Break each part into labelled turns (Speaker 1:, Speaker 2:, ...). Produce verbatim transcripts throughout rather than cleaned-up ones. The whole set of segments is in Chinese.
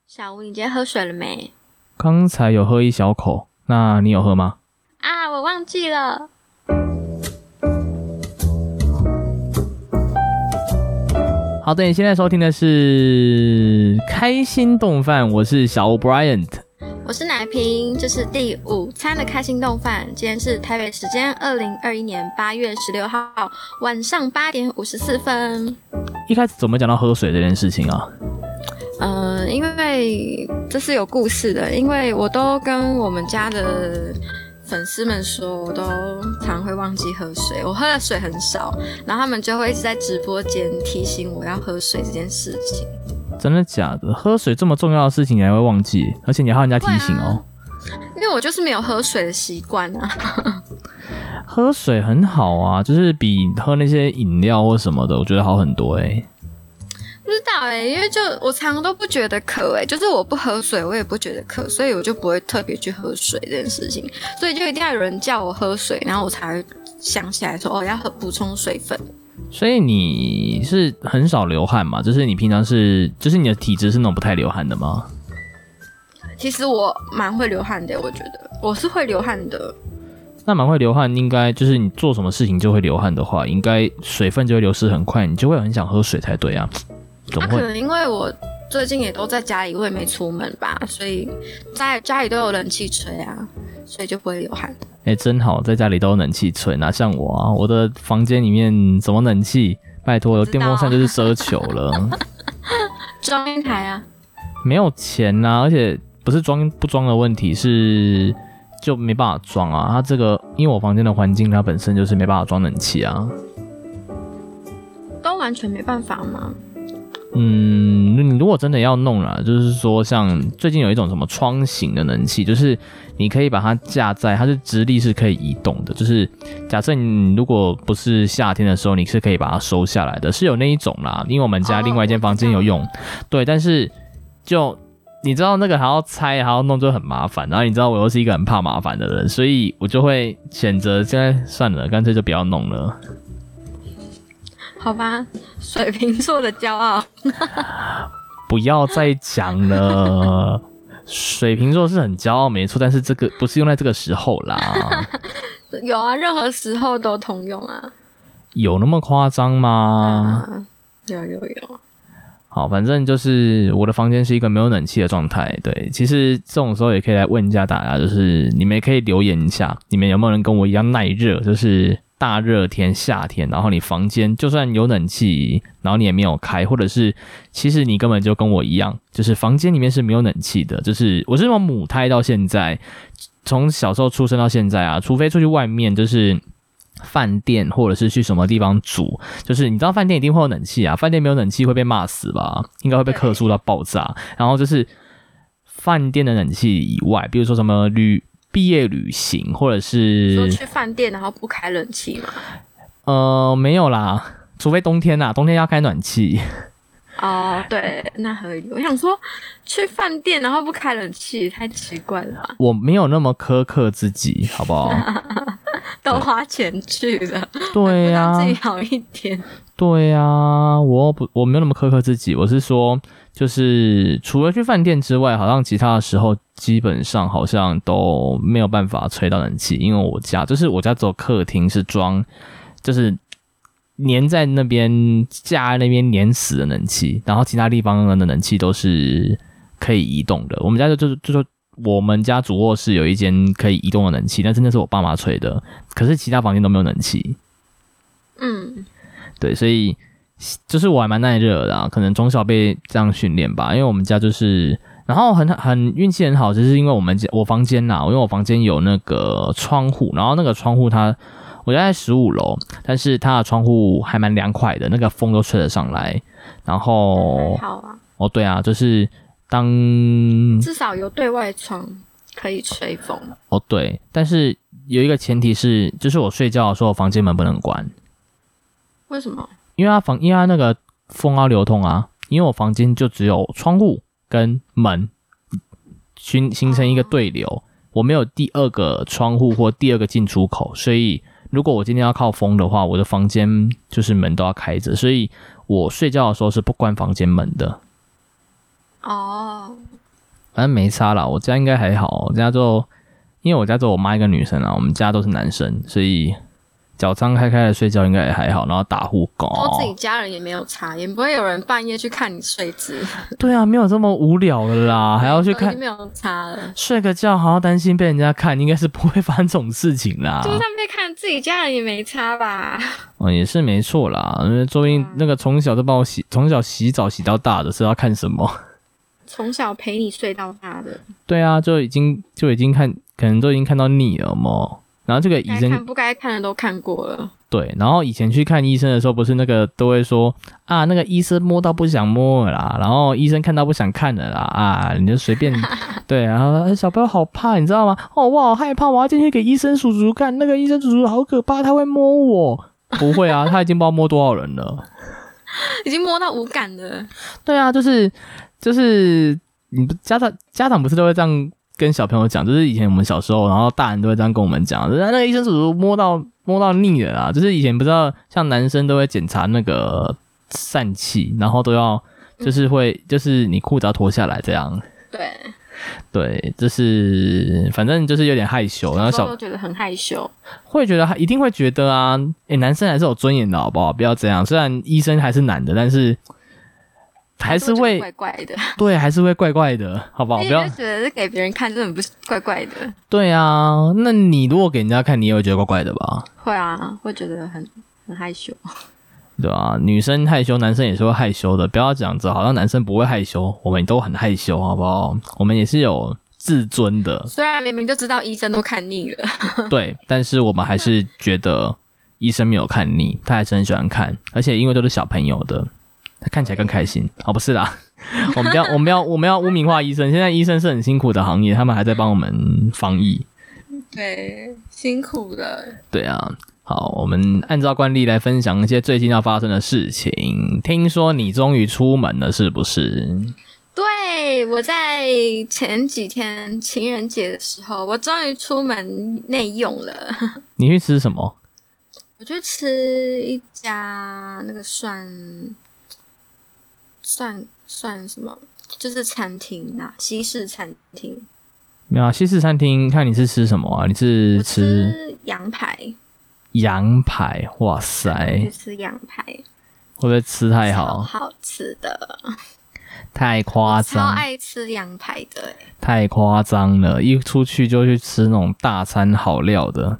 Speaker 1: 小吴，你今天喝水了没？
Speaker 2: 刚才有喝一小口，那你有喝吗？
Speaker 1: 啊，我忘记了。
Speaker 2: 好的，你现在收听的是开心动饭，我是小吴 Bryant，
Speaker 1: 我是奶瓶，这是第五餐的开心动饭。今天是台北时间二零二一年八月十六号晚上八点五十四分。
Speaker 2: 一开始怎么讲到喝水这件事情啊？
Speaker 1: 呃，因为这是有故事的，因为我都跟我们家的粉丝们说，我都常会忘记喝水，我喝的水很少，然后他们就会一直在直播间提醒我要喝水这件事情。
Speaker 2: 真的假的？喝水这么重要的事情你还会忘记，而且你还要人家提醒哦。
Speaker 1: 因为我就是没有喝水的习惯啊。
Speaker 2: 喝水很好啊，就是比喝那些饮料或什么的，我觉得好很多哎、欸。
Speaker 1: 不知道哎、欸，因为就我常常都不觉得渴哎、欸，就是我不喝水，我也不觉得渴，所以我就不会特别去喝水这件事情，所以就一定要有人叫我喝水，然后我才会想起来说哦要喝补充水分。
Speaker 2: 所以你是很少流汗嘛？就是你平常是，就是你的体质是那种不太流汗的吗？
Speaker 1: 其实我蛮会流汗的，我觉得我是会流汗的。
Speaker 2: 那蛮会流汗，应该就是你做什么事情就会流汗的话，应该水分就会流失很快，你就会很想喝水才对啊。怎么会？
Speaker 1: 啊、可能因为我最近也都在家里，我也没出门吧，所以在家里都有冷气吹啊，所以就不会流汗。
Speaker 2: 哎、欸，真好，在家里都有冷气吹，哪像我啊？我的房间里面什么冷气？拜托，有电风扇就是奢求了。
Speaker 1: 装一台啊？
Speaker 2: 没有钱啊，而且不是装不装的问题，是就没办法装啊。它这个，因为我房间的环境，它本身就是没办法装冷气啊。
Speaker 1: 都完全没办法吗？
Speaker 2: 嗯，你如果真的要弄啦，就是说像最近有一种什么窗型的冷气，就是你可以把它架在，它是直立是可以移动的，就是假设你如果不是夏天的时候，你是可以把它收下来的，是有那一种啦。因为我们家另外一间房间有用， oh, 对，但是就你知道那个还要拆还要弄就很麻烦，然后你知道我又是一个很怕麻烦的人，所以我就会选择现在算了，干脆就不要弄了。
Speaker 1: 好吧，水瓶座的骄傲。
Speaker 2: 不要再讲了，水瓶座是很骄傲没错，但是这个不是用在这个时候啦。
Speaker 1: 有啊，任何时候都通用啊。
Speaker 2: 有那么夸张吗、
Speaker 1: 啊？有有有。
Speaker 2: 好，反正就是我的房间是一个没有冷气的状态。对，其实这种时候也可以来问一下大家，就是你们也可以留言一下，你们有没有人跟我一样耐热，就是大热天夏天，然后你房间就算有冷气，然后你也没有开，或者是其实你根本就跟我一样，就是房间里面是没有冷气的。就是我是从母胎到现在，从小时候出生到现在啊，除非出去外面就是饭店或者是去什么地方煮，就是你知道饭店一定会有冷气啊，饭店没有冷气会被骂死吧，应该会被客诉到爆炸。然后就是饭店的冷气以外，比如说什么旅毕业旅行，或者是
Speaker 1: 说去饭店然后不开冷气吗？
Speaker 2: 呃，没有啦，除非冬天啦，冬天要开暖气。
Speaker 1: 哦，对，那合理。我想说，去饭店然后不开冷气，太奇怪了吧？
Speaker 2: 我没有那么苛刻自己，好不好？
Speaker 1: 都花钱去了，
Speaker 2: 对呀、啊，
Speaker 1: 自己好一点。
Speaker 2: 对呀、啊，我不，我没有那么苛刻自己。我是说，就是除了去饭店之外，好像其他的时候基本上好像都没有办法吹到冷气，因为我家就是我家只有客厅是装，就是粘在那边架在那边粘死的冷气，然后其他地方的冷气都是可以移动的。我们家就就就说我们家主卧室有一间可以移动的冷气，但是那是我爸妈吹的，可是其他房间都没有冷气。
Speaker 1: 嗯，对，
Speaker 2: 所以就是我还蛮耐热的、啊，可能从小被这样训练吧。因为我们家就是，然后很很运气很好，就是因为我们家我房间呐，因为我房间有那个窗户，然后那个窗户它。我家在十五楼，但是它的窗户还蛮凉快的，那个风都吹得上来。然后，
Speaker 1: 好啊，
Speaker 2: 哦，对啊，就是当
Speaker 1: 至少有对外窗可以吹风。
Speaker 2: 哦，对，但是有一个前提是，就是我睡觉的时候房间门不能关。
Speaker 1: 为什么？
Speaker 2: 因为它房，因为它那个风要流通啊。因为我房间就只有窗户跟门，形形成一个对流，哦、我没有第二个窗户或第二个进出口，所以。如果我今天要靠风的话，我的房间就是门都要开着，所以我睡觉的时候是不关房间门的。
Speaker 1: 哦，
Speaker 2: 反正没差啦，我家应该还好，我家就因为我家只有我妈一个女生啊，我们家都是男生，所以脚张开开的睡觉应该也还好，然后打呼狗，
Speaker 1: 然后自己家人也没有差，也不会有人半夜去看你睡姿。
Speaker 2: 对啊，没有这么无聊的啦，还要去看，
Speaker 1: 没有差了。
Speaker 2: 睡个觉还要担心被人家看，应该是不会发生这种事情啦。
Speaker 1: 就算被看，自己家人也没差吧？
Speaker 2: 哦，也是没错啦，因为周英那个从小就帮我洗，从小洗澡洗到大的是要看什么？
Speaker 1: 从小陪你睡到大的。
Speaker 2: 对啊，就已经就已经看，可能都已经看到腻了嘛。然后这个医生
Speaker 1: 该看不该看的都看过了。
Speaker 2: 对，然后以前去看医生的时候，不是那个都会说啊，那个医生摸到不想摸了啦，然后医生看到不想看了啦，啊，你就随便对，然后小朋友好怕，你知道吗？哦，我好害怕，我要进去给医生叔叔看，那个医生叔叔好可怕，他会摸我。不会啊，他已经不知道摸多少人了，
Speaker 1: 已经摸到无感了。
Speaker 2: 对啊，就是就是你家长家长不是都会这样跟小朋友讲，就是以前我们小时候，然后大人都会这样跟我们讲，就是那个医生叔叔摸到摸到腻了啦，就是以前不知道像男生都会检查那个疝气，然后都要就是会、嗯、就是你裤子要脱下来这样。
Speaker 1: 对
Speaker 2: 对，就是反正就是有点害羞，然后小
Speaker 1: 都觉得很害羞，
Speaker 2: 会觉得一定会觉得啊，诶，男生还是有尊严的好不好？不要这样，虽然医生还是男的，但是。还是会
Speaker 1: 怪怪的，
Speaker 2: 对，还是会怪怪的，好不好？不要
Speaker 1: 觉得是给别人看，真的不是怪怪的。
Speaker 2: 对啊，那你如果给人家看，你也会觉得怪怪的吧？
Speaker 1: 会啊，会觉得很很害羞。
Speaker 2: 对啊，女生害羞，男生也是会害羞的。不要讲着好像男生不会害羞，我们都很害羞，好不好？我们也是有自尊的。
Speaker 1: 虽然明明就知道医生都看腻了，
Speaker 2: 对，但是我们还是觉得医生没有看腻，他还是很喜欢看，而且因为都是小朋友的。他看起来更开心哦，不是啦，我们不要，我们要，我们要污名化医生。现在医生是很辛苦的行业，他们还在帮我们防疫。
Speaker 1: 对，辛苦了。
Speaker 2: 对啊，好，我们按照惯例来分享一些最近要发生的事情。听说你终于出门了，是不是？
Speaker 1: 对，我在前几天情人节的时候，我终于出门内用了。
Speaker 2: 你去吃什么？
Speaker 1: 我去吃一家那个涮。算算什么？就是餐厅啊，西式餐厅。
Speaker 2: 没有啊，西式餐厅，看你是吃什么啊？你是吃,
Speaker 1: 吃羊排？
Speaker 2: 羊排，哇塞！
Speaker 1: 吃羊排，会
Speaker 2: 不会吃太好？
Speaker 1: 超好吃的，
Speaker 2: 太夸张！
Speaker 1: 超爱吃羊排的、欸，
Speaker 2: 太夸张了！一出去就去吃那种大餐好料的。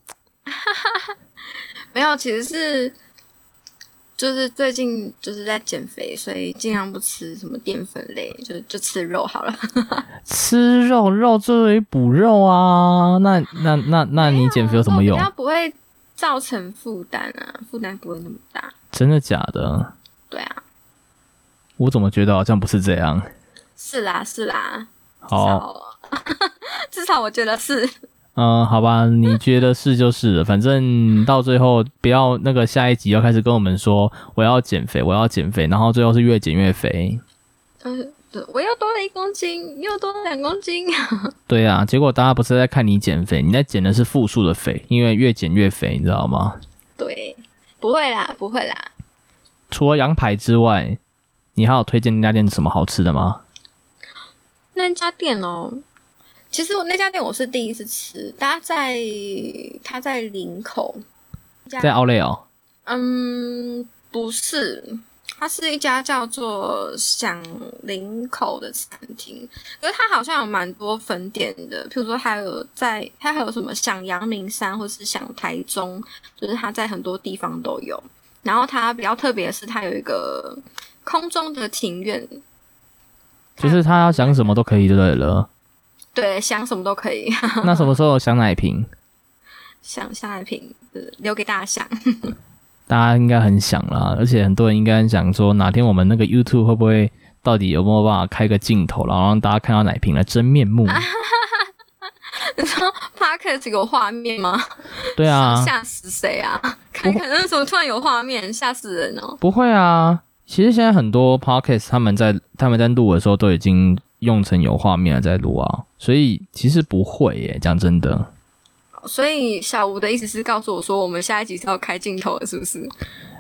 Speaker 1: 没有，其实是。就是最近就是在减肥，所以尽量不吃什么淀粉类，就就吃肉好了。吃
Speaker 2: 肉，肉作为补肉啊，那那那那你减肥有什么用？
Speaker 1: 它不会造成负担啊，负担不会那么大。
Speaker 2: 真的假的？
Speaker 1: 对啊。
Speaker 2: 我怎么觉得好像不是这样？
Speaker 1: 是啦，是啦。
Speaker 2: 好，
Speaker 1: 至少我觉得是。
Speaker 2: 嗯，好吧，你觉得是就是了，反正到最后不要那个下一集要开始跟我们说我要减肥，我要减肥，然后最后是越减越肥。
Speaker 1: 嗯，对，我又多了一公斤，又多了两公斤。
Speaker 2: 对啊，结果大家不是在看你减肥，你在减的是负数的肥，因为越减越肥，你知道吗？
Speaker 1: 对，不会啦，不会啦。
Speaker 2: 除了羊排之外，你还有推荐那家店什么好吃的吗？
Speaker 1: 那家店哦。其实我那家店我是第一次吃，它在它在林口，
Speaker 2: 在奥莱哦。
Speaker 1: 嗯，不是，它是一家叫做响林口的餐厅，可是它好像有蛮多分店的，譬如说还有在它还有什么响阳明山或是响台中，就是它在很多地方都有。然后它比较特别的是，它有一个空中的庭院，
Speaker 2: 就是它要想什么都可以，对了。
Speaker 1: 对，想什么都可以。
Speaker 2: 那什么时候想奶瓶？
Speaker 1: 想下奶瓶，留给大家想。
Speaker 2: 大家应该很想啦，而且很多人应该很想说，哪天我们那个 YouTube 会不会到底有没有办法开个镜头，然后让大家看到奶瓶的真面目？
Speaker 1: 你说 Podcast 有画面吗？
Speaker 2: 对啊，
Speaker 1: 吓死谁啊？看看那时候突然有画面，吓死人哦！
Speaker 2: 不会啊，其实现在很多 Podcast 他们在他们在录的时候都已经用成有画面了在录啊，所以其实不会耶，讲真的。
Speaker 1: 所以小吴的意思是告诉我说，我们下一集是要开镜头的，是不是？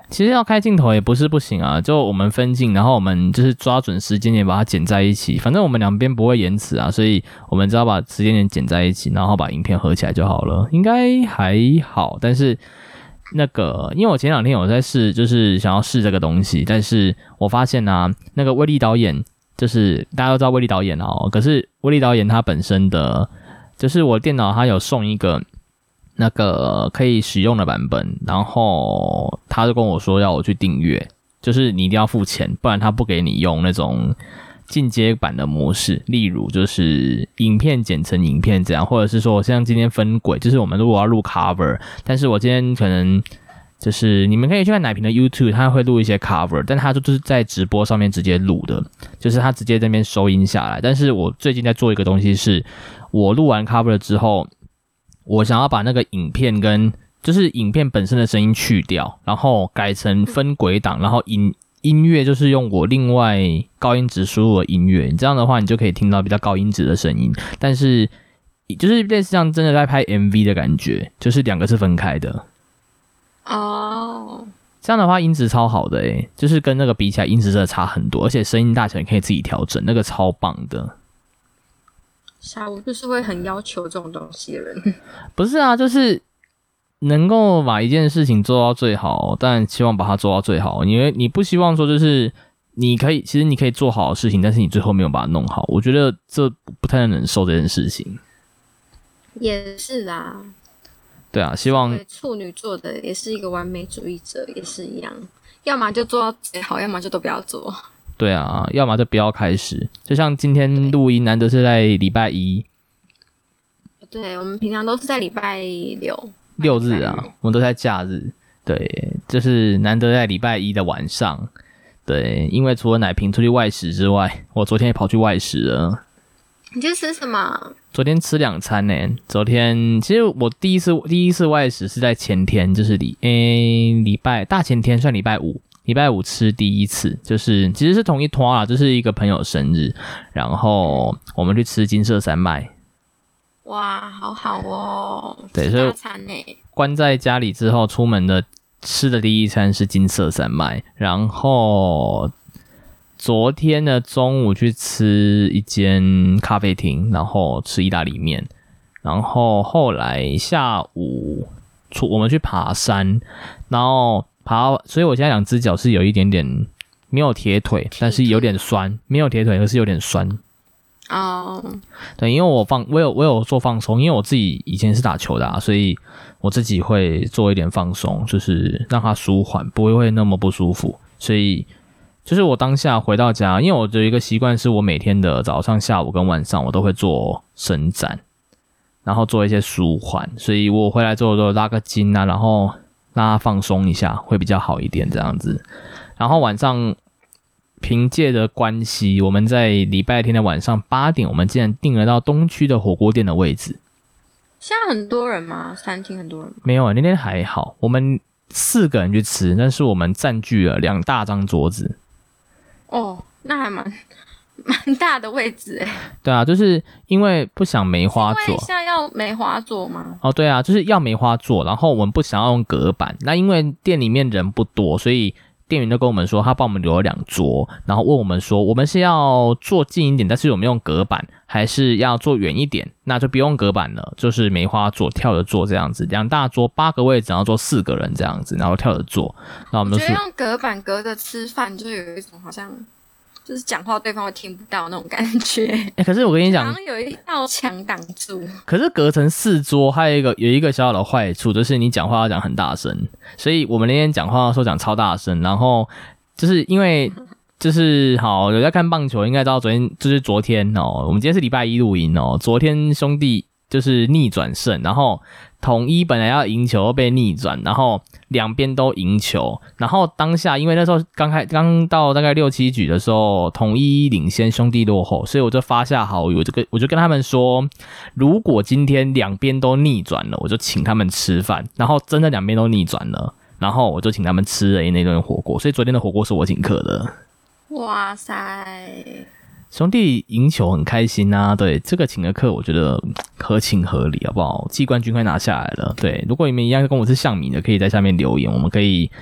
Speaker 2: 其实要开镜头也不是不行啊，就我们分镜，然后我们就是抓准时间点把它剪在一起，反正我们两边不会延迟啊，所以我们只要把时间点剪在一起，然后把影片合起来就好了，应该还好。但是那个，因为我前两天有在试，就是想要试这个东西，但是我发现啊，那个威力导演，就是大家都知道威力导演哦，可是威力导演它本身的，就是我电脑它有送一个那个可以使用的版本，然后他就跟我说要我去订阅，就是你一定要付钱，不然他不给你用那种进阶版的模式，例如就是影片剪成影片这样，或者是说我像今天分轨，就是我们如果要录 cover， 但是我今天可能就是你们可以去看奶瓶的 YouTube， 他会录一些 cover， 但他就是在直播上面直接录的，就是他直接在那边收音下来。但是我最近在做一个东西是，我录完 cover 之后，我想要把那个影片跟就是影片本身的声音去掉，然后改成分轨档，然后音音乐就是用我另外高音质输入的音乐，这样的话你就可以听到比较高音质的声音，但是就是类似像真的在拍 M V 的感觉，就是两个是分开的。
Speaker 1: 哦，
Speaker 2: 这样的话音质超好的诶，就是跟那个比起来音质真的差很多，而且声音大小你可以自己调整，那个超棒的。
Speaker 1: 小吴就是会很要求这种东西的人。
Speaker 2: 不是啊，就是能够把一件事情做到最好，但希望把它做到最好。因为你不希望说就是你可以，其实你可以做好的事情，但是你最后没有把它弄好，我觉得这不太能忍受这件事情。
Speaker 1: 也是啦。
Speaker 2: 对啊，希望
Speaker 1: 处女座的也是一个完美主义者，也是一样，要么就做到最好，要么就都不要做。
Speaker 2: 对啊，要么就不要开始。就像今天录音，难得是在礼拜一。
Speaker 1: 对，我们平常都是在礼拜六。
Speaker 2: 六日啊，我们都在假日。对，就是难得在礼拜一的晚上。对，因为除了奶瓶出去外食之外，我昨天也跑去外食了。
Speaker 1: 你去吃什么？
Speaker 2: 昨天吃两餐呢、欸。昨天其实我第一次第一次外食是在前天，就是礼诶礼拜大前天算礼拜五，礼拜五吃第一次，就是其实是同一团啦，就是一个朋友生日，然后我们去吃金色山脉。
Speaker 1: 哇，好好哦！
Speaker 2: 对，所以
Speaker 1: 大餐欸，
Speaker 2: 关在家里之后，出门的吃的第一餐是金色山脉，然后昨天的中午去吃一间咖啡厅，然后吃意大利面，然后后来下午出我们去爬山，然后爬，所以我现在两只脚是有一点点没有铁腿，但是有点酸，没有铁腿，可是有点酸。
Speaker 1: 哦，
Speaker 2: 对，因为我放我有我有做放松，因为我自己以前是打球的啊，所以我自己会做一点放松，就是让它舒缓，不会会那么不舒服。所以就是我当下回到家，因为我有一个习惯是我每天的早上、下午跟晚上我都会做伸展，然后做一些舒缓，所以我回来之后都拉个筋啊，然后让它放松一下，会比较好一点这样子。然后晚上凭借着关系，我们在礼拜天的晚上八点，我们竟然订了到东区的火锅店的位置。
Speaker 1: 现在很多人吗？餐厅很多人吗？
Speaker 2: 没有，那天还好，我们四个人去吃，但是我们占据了两大张桌子。
Speaker 1: 哦，那还蛮蛮大的位置哎。
Speaker 2: 对啊，就是因为不想梅花座。
Speaker 1: 因为现在要梅花座吗？
Speaker 2: 哦，对啊，就是要梅花座，然后我们不想要用隔板。那因为店里面人不多，所以店员就跟我们说，他帮我们留了两桌，然后问我们说，我们是要坐近一点，但是有没有用隔板，还是要坐远一点？那就不用隔板了，就是梅花座跳着坐这样子，两大桌八个位置，然后坐四个人这样子，然后跳着坐。那我们就
Speaker 1: 我觉得用隔板隔着吃饭，就有一种好像就是讲话对方会听不到那种感觉。
Speaker 2: 欸，可是我跟你讲，
Speaker 1: 好像有一道墙挡住。
Speaker 2: 可是隔成四桌，还有一个有一个小小的坏处，就是你讲话要讲很大声，所以我们那天讲话的时候讲超大声，然后就是因为就是好有在看棒球，应该知道昨天就是昨天哦，我们今天是礼拜一录音哦，昨天兄弟就是逆转胜，然后统一本来要赢球被逆转，然后两边都赢球，然后当下因为那时候刚开刚到大概六七局的时候，统一领先，兄弟落后，所以我就发下豪语，我就跟我就跟他们说，如果今天两边都逆转了，我就请他们吃饭，然后真的两边都逆转了，然后我就请他们吃了那顿火锅，所以昨天的火锅是我请客的。
Speaker 1: 哇塞！
Speaker 2: 兄弟赢球很开心啊，对，这个请的客我觉得合情合理，好不好？季冠军快拿下来了，对，如果你们一样跟我是象迷的，可以在下面留言，我们可以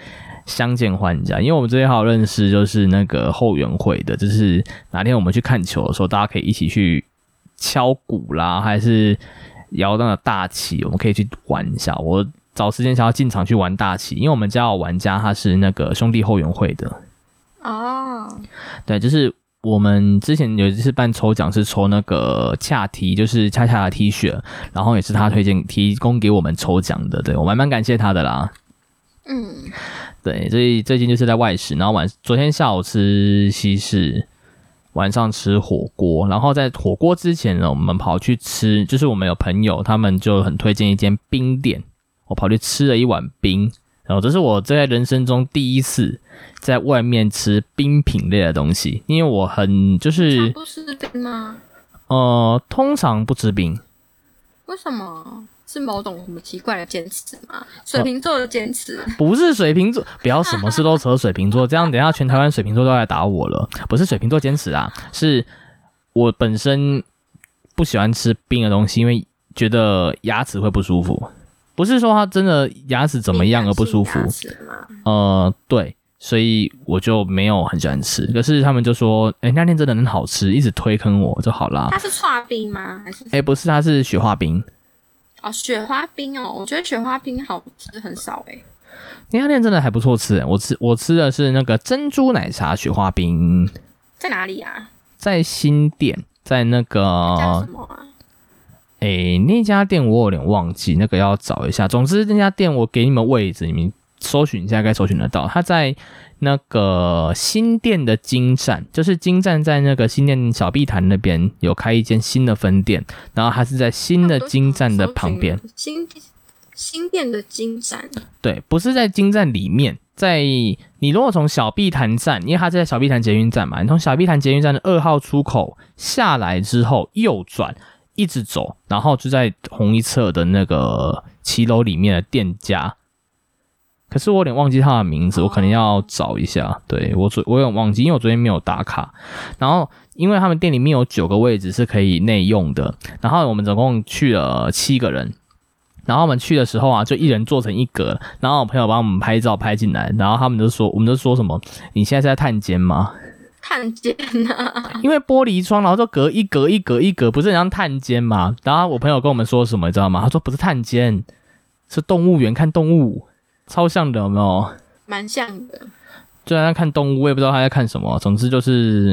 Speaker 2: 相见欢家，因为我们这边还有认识就是那个后援会的，就是哪天我们去看球的时候，大家可以一起去敲鼓啦，还是摇那个大旗，我们可以去玩一下。我找时间想要进场去玩大旗，因为我们家有玩家他是那个兄弟后援会的。
Speaker 1: 哦，
Speaker 2: 对，就是我们之前有一次办抽奖是抽那个恰 T， 就是恰恰的 T 恤，然后也是他推荐提供给我们抽奖的，对我蛮蛮感谢他的啦。
Speaker 1: 嗯，
Speaker 2: 对，所以最近就是在外食，然后晚昨天下午吃西式，晚上吃火锅，然后在火锅之前呢，我们跑去吃，就是我们有朋友他们就很推荐一间冰店，我跑去吃了一碗冰，然后这是我在人生中第一次在外面吃冰品类的东西，因为我很就是
Speaker 1: 不吃冰吗？
Speaker 2: 呃，通常不吃冰，
Speaker 1: 为什么？是某种什么奇怪的坚持吗？水瓶座的坚持、呃、
Speaker 2: 不是水瓶座，不要什么事都扯水瓶座，这样等一下全台湾水瓶座都来打我了。不是水瓶座坚持啊，是我本身不喜欢吃冰的东西，因为觉得牙齿会不舒服。不是说他真的牙齿怎么样而不舒服，呃，对，所以我就没有很喜欢吃。可是他们就说，哎、欸，那天真的很好吃，一直推坑我就好啦。
Speaker 1: 它是剉冰吗？还是？
Speaker 2: 哎、欸，不是，它是雪花冰。
Speaker 1: 哦，雪花冰哦，我觉得雪花冰好吃很少哎、欸。
Speaker 2: 那天真的还不错吃，我吃我吃的是那个珍珠奶茶雪花冰。
Speaker 1: 在哪里啊？
Speaker 2: 在新店，在那个
Speaker 1: 叫什么啊？
Speaker 2: 诶，那家店我有点忘记，那个要找一下。总之那家店我给你们位置，你们搜寻一下，该搜寻得到。它在那个新店的金站，就是金站在那个新店小碧潭那边有开一间新的分店，然后它是在新的金站的旁边。
Speaker 1: 新新店的金站，
Speaker 2: 对，不是在金站里面，在你如果从小碧潭站，因为它在小碧潭捷运站嘛，你从小碧潭捷运站的二号出口下来之后右转，一直走，然后就在同一侧的那个骑楼里面的店家。可是我有点忘记他的名字，我可能要找一下。对，我昨我有点忘记，因为我昨天没有打卡。然后因为他们店里面有九个位置是可以内用的，然后我们总共去了七个人。然后我们去的时候啊，就一人坐成一格，然后我朋友帮我们拍照拍进来，然后他们就说，我们就说什么，你现在是在探监吗？
Speaker 1: 探监啊？
Speaker 2: 因为玻璃窗，然后就隔一格一格一格，不是很像探监吗？然后我朋友跟我们说什么，你知道吗？他说不是探监，是动物园看动物，超像的，有没有？
Speaker 1: 蛮像的。
Speaker 2: 就在看动物，我也不知道他在看什么。总之就是，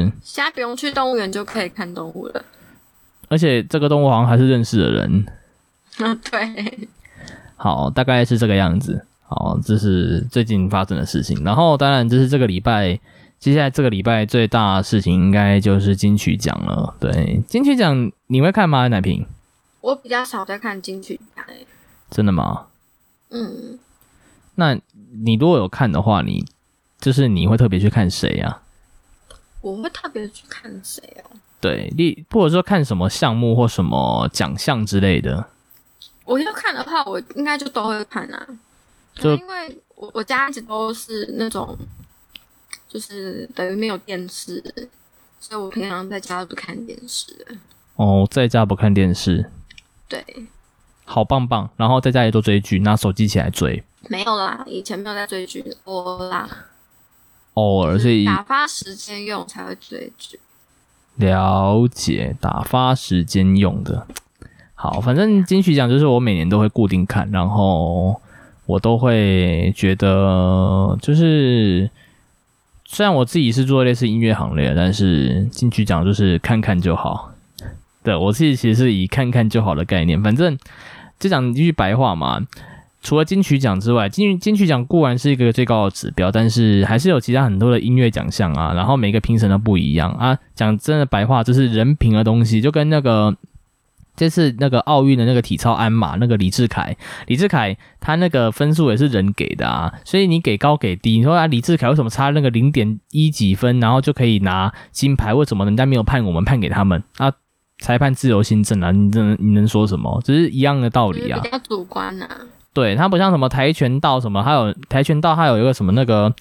Speaker 1: 现在不用去动物园就可以看动物了。
Speaker 2: 而且这个动物好像还是认识的人。
Speaker 1: 嗯，对。
Speaker 2: 好，大概是这个样子。好，这是最近发生的事情。然后，当然，这是这个礼拜，接下来这个礼拜最大的事情，应该就是金曲奖了。对，金曲奖你会看吗？奶瓶？
Speaker 1: 我比较少在看金曲奖、欸。
Speaker 2: 真的吗？
Speaker 1: 嗯。
Speaker 2: 那你如果有看的话，你就是你会特别去看谁啊？
Speaker 1: 我会特别去看谁哦？
Speaker 2: 对，你或者说看什么项目或什么奖项之类的。
Speaker 1: 我要看的话，我应该就都会看啊。就因为我我家一直都是那种，就是等于没有电视，所以我平常在家都不看电视的。
Speaker 2: 哦，在家不看电视。
Speaker 1: 对。
Speaker 2: 好棒棒，然后在家里都追剧，拿手机起来追。
Speaker 1: 没有啦，以前没有在追剧，偶尔啦。
Speaker 2: 偶尔，所以
Speaker 1: 打发时间用才会追剧。
Speaker 2: 了解，打发时间用的。好，反正金曲奖就是我每年都会固定看，然后我都会觉得，就是虽然我自己是做类似音乐行列的，但是金曲奖就是看看就好。对，我自己其实是以看看就好的概念，反正就讲一句白话嘛。除了金曲奖之外，金金曲奖固然是一个最高的指标，但是还是有其他很多的音乐奖项啊，然后每个评审都不一样啊。讲真的白话，这是人评的东西，就跟那个这次那个奥运的那个体操鞍马那个李智凯，李智凯他那个分数也是人给的啊，所以你给高给低，你说啊李智凯为什么差那个零点一几分，然后就可以拿金牌？为什么人家没有判我们判给他们啊？裁判自由心证啊，你能你能说什么？只是一样的道理啊，
Speaker 1: 比较主观啊。
Speaker 2: 对，它不像什么跆拳道什么，还有跆拳道还有一个什么那个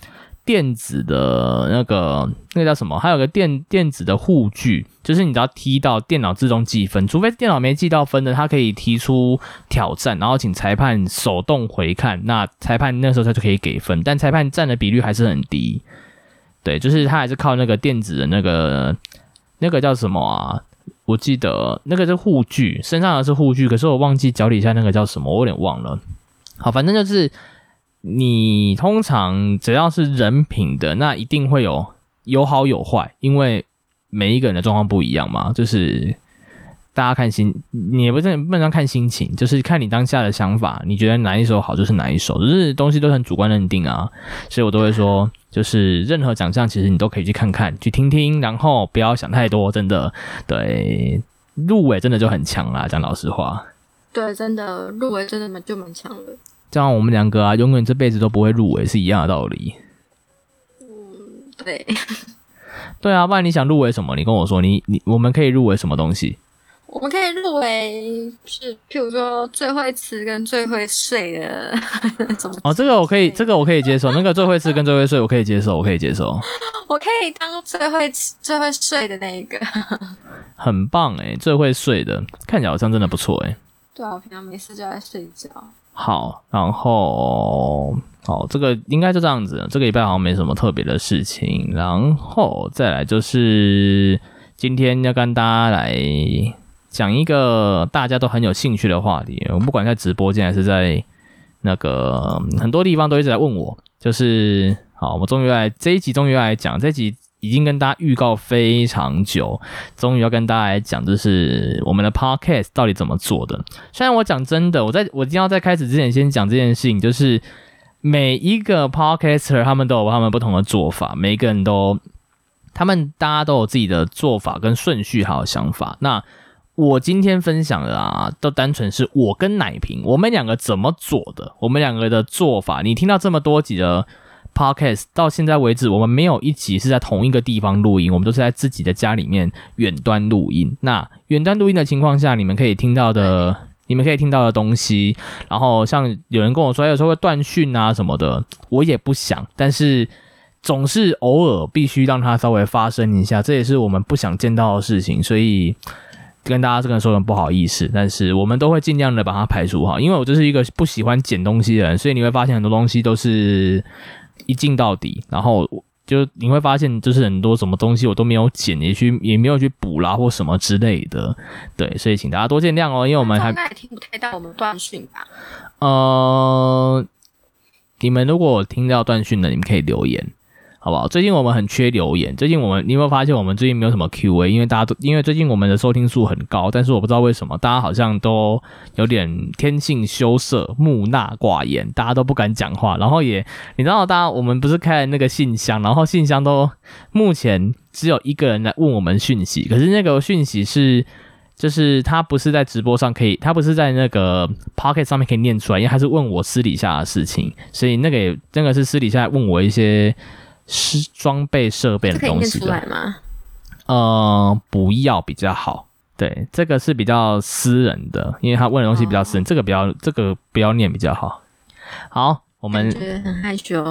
Speaker 2: 电子的那个那个叫什么？还有个电电子的护具，就是你只要踢到电脑自动计分，除非电脑没计到分的，它可以提出挑战，然后请裁判手动回看，那裁判那时候他就可以给分，但裁判占的比率还是很低。对，就是他还是靠那个电子的那个那个叫什么啊？我记得那个是护具，身上的是护具，可是我忘记脚底下那个叫什么，我有点忘了。好，反正就是你通常只要是人品的，那一定会有有好有坏，因为每一个人的状况不一样嘛，就是大家看心，你也不是不能看心情，就是看你当下的想法，你觉得哪一首好就是哪一首，就是东西都很主观认定啊，所以我都会说，就是任何奖项其实你都可以去看看，去听听，然后不要想太多，真的，对，入围真的就很强啦，讲老实话。
Speaker 1: 对，真的入围真的就蛮强的。
Speaker 2: 这样我们两个啊，永远这辈子都不会入围是一样的道理。
Speaker 1: 嗯，对。
Speaker 2: 对啊，不然你想入围什么？你跟我说，你你我们可以入围什么东西？
Speaker 1: 我们可以入围是，譬如说最会吃跟最会睡的，怎么？
Speaker 2: 哦，这个我可以，这个我可以接受。那个最会吃跟最会睡，我可以接受，我可以接受。
Speaker 1: 我可以当最会吃、最会睡的那一个。
Speaker 2: 很棒哎，最会睡的，看起来好像真的不错哎。
Speaker 1: 对啊，我平常没事就在睡觉。
Speaker 2: 好，然后好，这个应该就这样子。这个礼拜好像没什么特别的事情，然后再来就是今天要跟大家来讲一个大家都很有兴趣的话题。我不管在直播间还是在那个很多地方都一直在问我，就是好，我们终于来这一集，终于来讲这一集。已经跟大家预告非常久，终于要跟大家来讲，就是我们的 podcast 到底怎么做的。虽然我讲真的，我在我一定要在开始之前先讲这件事情，就是每一个 podcaster 他们都有他们不同的做法，每一个人都，他们大家都有自己的做法跟顺序还有想法。那我今天分享的啊，都单纯是我跟奶瓶我们两个怎么做的，我们两个的做法。你听到这么多集的Podcast 到现在为止，我们没有一集是在同一个地方录音，我们都是在自己的家里面远端录音。那远端录音的情况下，你们可以听到的，你们可以听到的东西，然后像有人跟我说，有时候会断讯啊什么的，我也不想，但是总是偶尔必须让它稍微发生一下，这也是我们不想见到的事情，所以跟大家这个说很不好意思，但是我们都会尽量的把它排除好，因为我就是一个不喜欢剪东西的人，所以你会发现很多东西都是一镜到底，然后就你会发现就是很多什么东西我都没有剪，也去也没有去补啦或什么之类的，对，所以请大家多见谅哦，因为我们还
Speaker 1: 应该也听不太到我们断讯吧？
Speaker 2: 呃，你们如果听到断讯的，你们可以留言。好不好？最近我们很缺留言。最近我们，你有没有发现我们最近没有什么 Q A？ 因为大家都，因为最近我们的收听数很高，但是我不知道为什么大家好像都有点天性羞涩、木讷寡言，大家都不敢讲话。然后也，你知道，大家我们不是开了那个信箱，然后信箱都目前只有一个人来问我们讯息，可是那个讯息是。就是他不是在直播上可以，他不是在那个 Pocket 上面可以念出来，因为他是问我私底下的事情，所以那个也那个是私底下问我一些是装备设备的东西的。
Speaker 1: 这可以念出来吗？
Speaker 2: 呃，不要比较好。对，这个是比较私人的，因为他问的东西比较私人，哦、这个比较这个不要念比较好。好。我们
Speaker 1: 觉得很害羞，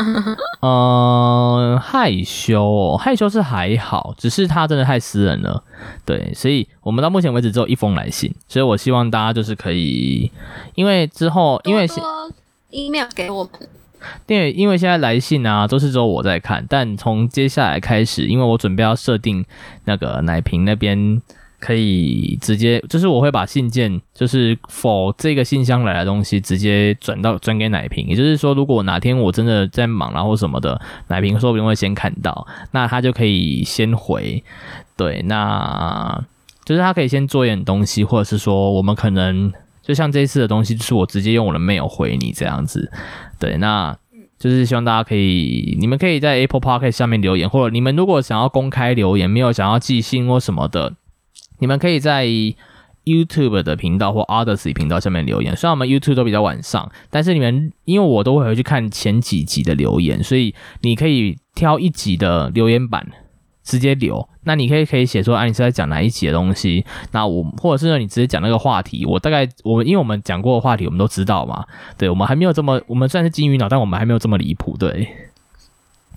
Speaker 2: 呃，害羞哦，害羞是还好，只是他真的太私人了，对，所以我们到目前为止只有一封来信，所以我希望大家就是可以，因为之后因为
Speaker 1: 多多 email 给我们，
Speaker 2: 因为因为现在来信啊都是只有我在看，但从接下来开始，因为我准备要设定那个奶瓶那边。可以直接，就是我会把信件，就是 for 这个信箱来的东西，直接转到转给奶瓶。也就是说，如果哪天我真的在忙啦或什么的，奶瓶说不定会先看到，那他就可以先回。对，那就是他可以先做一点东西，或者是说我们可能就像这一次的东西，就是我直接用我的 mail 回你这样子。对，那就是希望大家可以，你们可以在 Apple Podcast 下面留言，或者你们如果想要公开留言，没有想要寄信或什么的。你们可以在 YouTube 的频道或 Odyssey 频道下面留言，虽然我们 YouTube 都比较晚上，但是你们因为我都会回去看前几集的留言，所以你可以挑一集的留言板直接留。那你可以可以写说，啊，你是在讲哪一集的东西？那我或者是呢，你直接讲那个话题，我大概我们因为我们讲过的话题，我们都知道嘛，对，我们还没有这么，我们虽然是金鱼脑，但我们还没有这么离谱，对。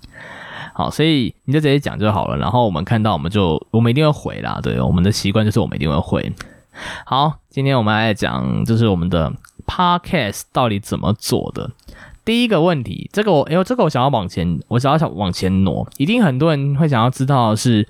Speaker 2: 好，所以你就直接讲就好了，然后我们看到我们就我们一定会回啦，对，我们的习惯就是我们一定会回。好，今天我们来讲就是我们的 podcast 到底怎么做的。第一个问题，这个我哎呦，这个我想要往前，我想要想往前挪，一定很多人会想要知道的是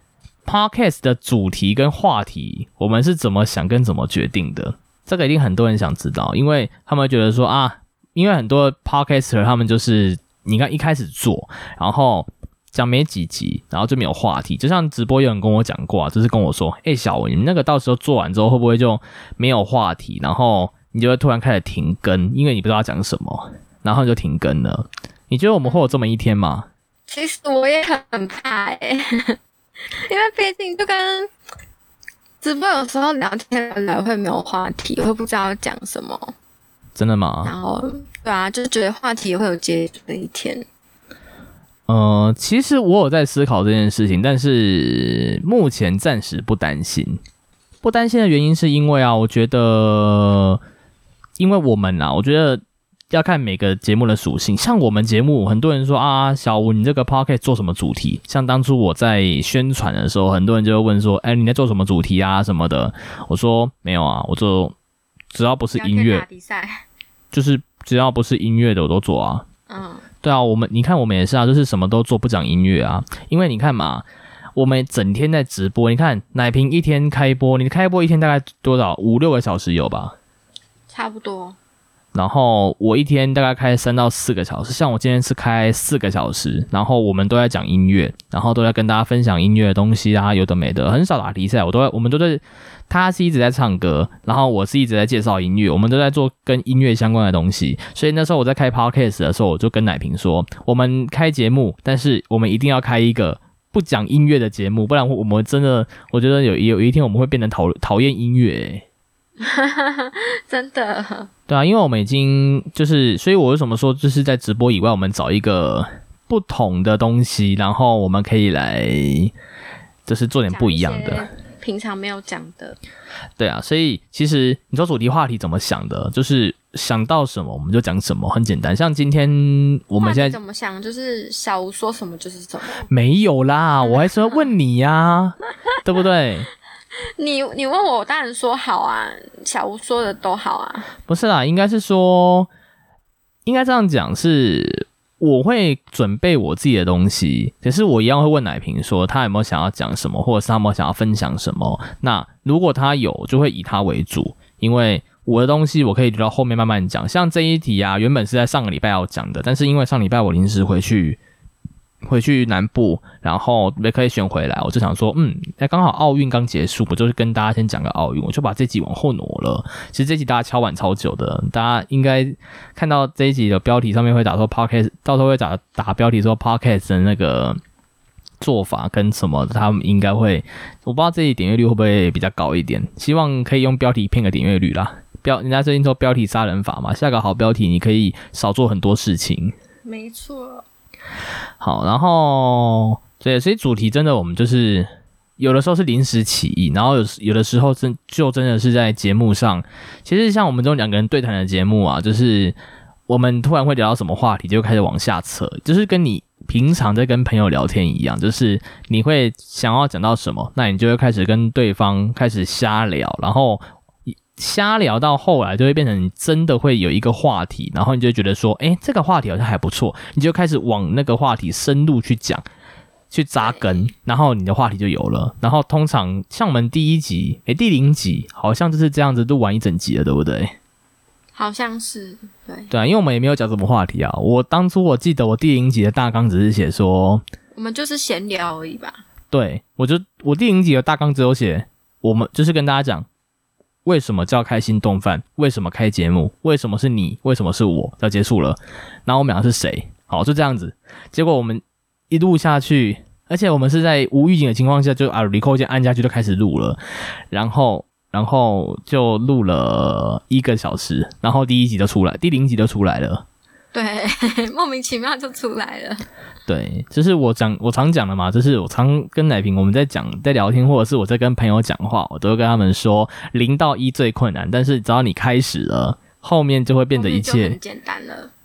Speaker 2: podcast 的主题跟话题，我们是怎么想跟怎么决定的。这个一定很多人想知道，因为他们会觉得说啊，因为很多 podcaster 他们就是你看一开始做，然后讲没几集，然后就没有话题。就像直播有人跟我讲过啊，就是跟我说，哎、欸，小文，你那个到时候做完之后会不会就没有话题，然后你就会突然开始停更，因为你不知道要讲什么，然后就停更了。你觉得我们会有这么一天吗？
Speaker 1: 其实我也很怕哎、欸，因为毕竟就跟直播有时候聊天聊聊会没有话题，会不知道讲什么。
Speaker 2: 真的吗？
Speaker 1: 然后对啊，就觉得话题也会有结束的一天。
Speaker 2: 呃，其实我有在思考这件事情，但是目前暂时不担心。不担心的原因是因为啊，我觉得，因为我们啊，我觉得要看每个节目的属性。像我们节目，很多人说啊，小吴你这个 podcast 做什么主题？像当初我在宣传的时候，很多人就会问说，哎、欸，你在做什么主题啊什么的？我说没有啊，我做只要不是音乐，就是只要不是音乐的我都做啊。嗯。对啊，我们你看我们也是啊，就是什么都做不讲音乐啊，因为你看嘛，我们整天在直播，你看奶瓶一天开播，你开播一天大概多少？五六个小时有吧？
Speaker 1: 差不多。
Speaker 2: 然后我一天大概开三到四个小时，像我今天是开四个小时，然后我们都在讲音乐，然后都在跟大家分享音乐的东西啊，有的没的，很少打题赛，我都在，我们都在，他是一直在唱歌，然后我是一直在介绍音乐，我们都在做跟音乐相关的东西，所以那时候我在开 podcast 的时候，我就跟奶瓶说，我们开节目，但是我们一定要开一个不讲音乐的节目，不然我们真的，我觉得有有一天我们会变成讨讨厌音乐、欸。
Speaker 1: 真的，
Speaker 2: 对啊，因为我们已经就是，所以我为什么说就是在直播以外，我们找一个不同的东西，然后我们可以来就是做点不一样的，
Speaker 1: 平常没有讲的。
Speaker 2: 对啊，所以其实你说主题话题怎么想的，就是想到什么我们就讲什么，很简单。像今天我们现在
Speaker 1: 怎么想，就是小吴说什么就是什么。
Speaker 2: 没有啦，我还是要问你呀、啊，对不对？
Speaker 1: 你你问我，我当然说好啊，小吴说的都好啊。
Speaker 2: 不是啦，应该是说，应该这样讲是，我会准备我自己的东西，可是我一样会问奶瓶说他有没有想要讲什么，或者是他有没有想要分享什么。那如果他有，就会以他为主，因为我的东西我可以留到后面慢慢讲。像这一题啊，原本是在上个礼拜要讲的，但是因为上礼拜我临时回去。回去南部，然后也可以选回来，我就想说，嗯，那刚好奥运刚结束，我就是跟大家先讲个奥运，我就把这集往后挪了。其实这集大家敲碗超久的，大家应该看到这一集的标题上面会打说 podcast， 到时候会打打标题说 podcast 的那个做法跟什么，他们应该会，我不知道这集点阅率会不会比较高一点，希望可以用标题骗个点阅率啦。标人家最近说标题杀人法嘛，下个好标题你可以少做很多事情。
Speaker 1: 没错。
Speaker 2: 好，然后对，所以主题真的我们就是有的时候是临时起意，然后有有的时候真就真的是在节目上，其实像我们这种两个人对谈的节目啊，就是我们突然会聊到什么话题就开始往下扯，就是跟你平常在跟朋友聊天一样，就是你会想要讲到什么，那你就会开始跟对方开始瞎聊，然后瞎聊到后来就会变成你真的会有一个话题，然后你就会觉得说，诶，这个话题好像还不错，你就开始往那个话题深入去讲，去扎根，然后你的话题就有了。然后通常像我们第一集，诶，第零集好像就是这样子录完一整集了，对不对？
Speaker 1: 好像是，对。
Speaker 2: 对啊，因为我们也没有讲什么话题啊。我当初我记得我第零集的大纲只是写说，
Speaker 1: 我们就是闲聊而已吧。
Speaker 2: 对，我就我第零集的大纲只有写，我们就是跟大家讲。为什么叫开心动饭？为什么开节目？为什么是你？为什么是我？要结束了，然后我们两个是谁？好，就这样子。结果我们一录下去，而且我们是在无预警的情况下，就啊 record 键按下去就开始录了，然后然后就录了一个小时，然后第一集就出来，第零集就出来了。
Speaker 1: 对，莫名其妙就出来了。
Speaker 2: 对，就是我讲，我常讲的嘛，就是我常跟奶瓶我们在讲，在聊天，或者是我在跟朋友讲话，我都会跟他们说，零到一最困难，但是只要你开始了，后面就会变得一切
Speaker 1: 很简单了。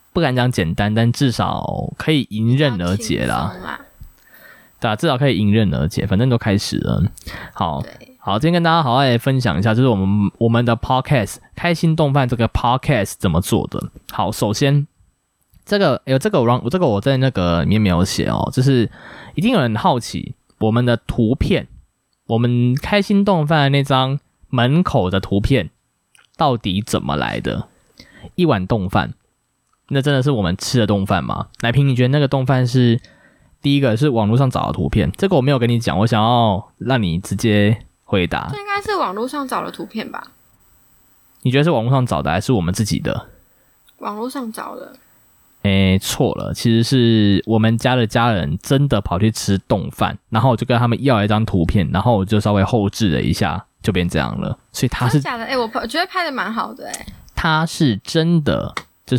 Speaker 2: 不敢讲简单，但至少可以迎刃而解啦。对啊，至少可以迎刃而解，反正都开始了。好，好，今天跟大家好好来分享一下，就是我们我们的 podcast 开心动饭这个 podcast 怎么做的。好，首先这个有这个我我这个我在那个里面没有写哦，就是一定有人好奇我们的图片，我们开心动饭的那张门口的图片到底怎么来的？一碗冻饭，那真的是我们吃的冻饭吗？奶瓶，你觉得那个冻饭是？第一个是网络上找的图片，这个我没有跟你讲，我想要让你直接回答。
Speaker 1: 这应该是网络上找的图片吧？
Speaker 2: 你觉得是网络上找的还是我们自己的？
Speaker 1: 网络上找的。
Speaker 2: 诶，错了，其实是我们家的家人真的跑去吃冻饭，然后我就跟他们要了一张图片，然后我就稍微后置了一下，就变这样了。所以他是
Speaker 1: 真的假的？哎，我觉得拍的蛮好的哎。
Speaker 2: 他是真的，就是。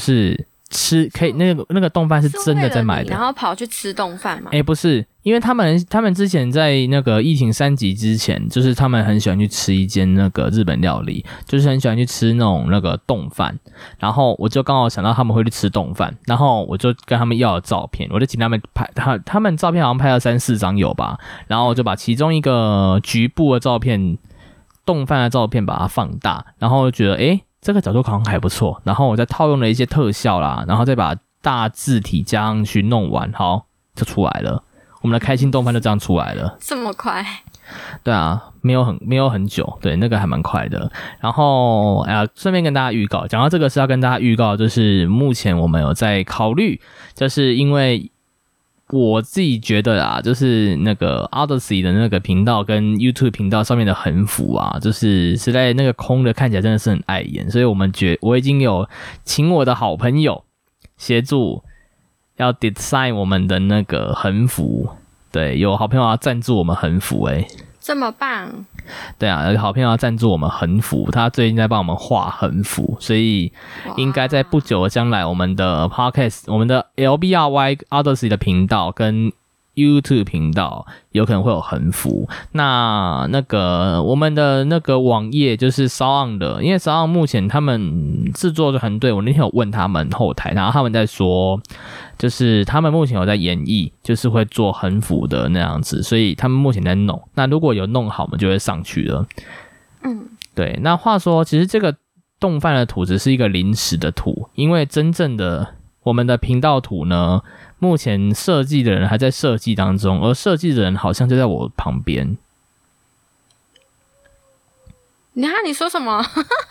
Speaker 2: 吃可以那个那个冻饭是真的在买的，
Speaker 1: 然后跑去吃冻饭吗？
Speaker 2: 哎、欸，不是，因为他们他们之前在那个疫情三级之前，就是他们很喜欢去吃一间那个日本料理，就是很喜欢去吃那种那个冻饭，然后我就刚好想到他们会去吃冻饭，然后我就跟他们要了照片，我就请他们拍，他他们照片好像拍了三四张有吧，然后我就把其中一个局部的照片，冻饭的照片把它放大，然后我就觉得哎。欸这个角度好像还不错，然后我再套用了一些特效啦，然后再把大字体加上去弄完，好，就出来了。我们的开心冻饭就这样出来了，
Speaker 1: 这么快？
Speaker 2: 对啊，没有很没有很久，对，那个还蛮快的。然后呃，顺便跟大家预告，讲到这个是要跟大家预告，就是目前我们有在考虑，就是因为。我自己觉得啊，就是那个 Odyssey 的那个频道跟 YouTube 频道上面的横幅啊，就是实在那个空的看起来真的是很碍眼，所以我们觉我已经有请我的好朋友协助要 design 我们的那个横幅，对，有好朋友要赞助我们横幅，诶，
Speaker 1: 这么棒。
Speaker 2: 对啊，有好朋友要赞助我们横幅，他最近在帮我们画横幅，所以应该在不久的将来，我们的 podcast 我们的 L B R Y Odyssey 的频道跟 YouTube 频道有可能会有横幅。那那个我们的那个网页就是 SoundOn 的，因为 SoundOn 目前他们制作团队，我那天有问他们后台，然后他们在说，就是他们目前有在研议，就是会做横幅的那样子，所以他们目前在弄。那如果有弄好，我们就会上去了。嗯，对。那话说，其实这个冻饭的图只是一个临时的图，因为真正的我们的频道图呢。目前设计的人还在设计当中，而设计的人好像就在我旁边。
Speaker 1: 你看你说什么？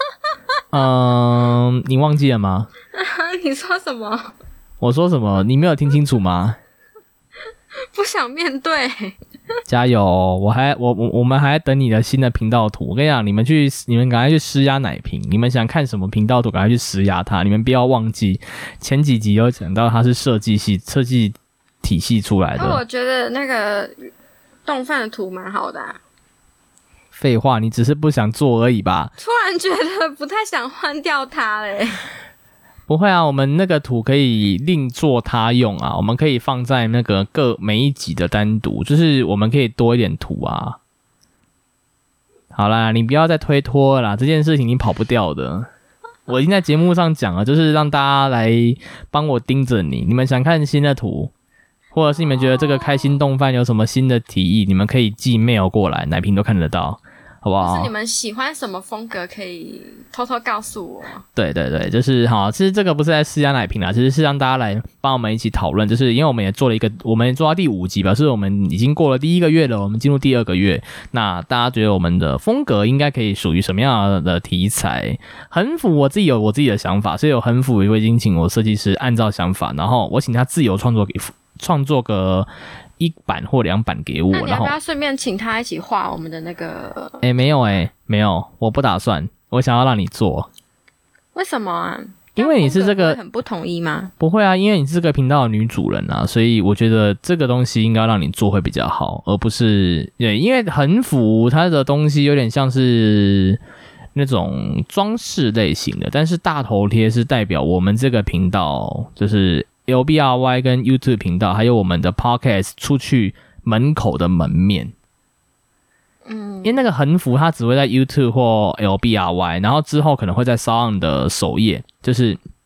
Speaker 2: 嗯，你忘记了吗？
Speaker 1: 你说什么？
Speaker 2: 我说什么？你没有听清楚吗？
Speaker 1: 不想面对。
Speaker 2: 加油！我还我我我们还在等你的新的频道图。我跟你讲，你们去你们赶快去施压奶瓶。你们想看什么频道图，赶快去施压它。你们不要忘记前几集有讲到它是设计系设计体系出来的。
Speaker 1: 我觉得那个冻饭的图蛮好的、啊。
Speaker 2: 废话，你只是不想做而已吧？
Speaker 1: 突然觉得不太想换掉它嘞。
Speaker 2: 不会啊，我们那个图可以另做他用啊，我们可以放在那个各每一集的单独，就是我们可以多一点图啊。好啦，你不要再推脱了啦，这件事情你跑不掉的。我已经在节目上讲了，就是让大家来帮我盯着你。你们想看新的图，或者是你们觉得这个开心冻饭有什么新的提议，你们可以寄 mail 过来，奶瓶都看得到。好不好？
Speaker 1: 就是你们喜欢什么风格，可以偷偷告诉我。
Speaker 2: 对对对，就是好。其实这个不是在施压奶瓶啦，其实是让大家来帮我们一起讨论。就是因为我们也做了一个，我们做到第五集，表示我们已经过了第一个月了，我们进入第二个月。那大家觉得我们的风格应该可以属于什么样的题材？横幅我自己有我自己的想法，所以有横幅我已经请我设计师按照想法，然后我请他自由创作给创作个。一版或两版给我，
Speaker 1: 那你要不要顺便请他一起画我们的那个？
Speaker 2: 哎、欸，没有哎、欸，没有，我不打算，我想要让你做。
Speaker 1: 为什么啊？
Speaker 2: 因为你是这个
Speaker 1: 很不同意吗？
Speaker 2: 不会啊，因为你是这个频道的女主人啊，所以我觉得这个东西应该让你做会比较好，而不是对，因为横幅它的东西有点像是那种装饰类型的，但是大头贴是代表我们这个频道就是。L B R Y 跟 YouTube 频道，还有我们的 Podcast 出去门口的门面，嗯，因为那个横幅它只会在 YouTube 或 L B R Y， 然后之后可能会在 SoundOn 的首页，就是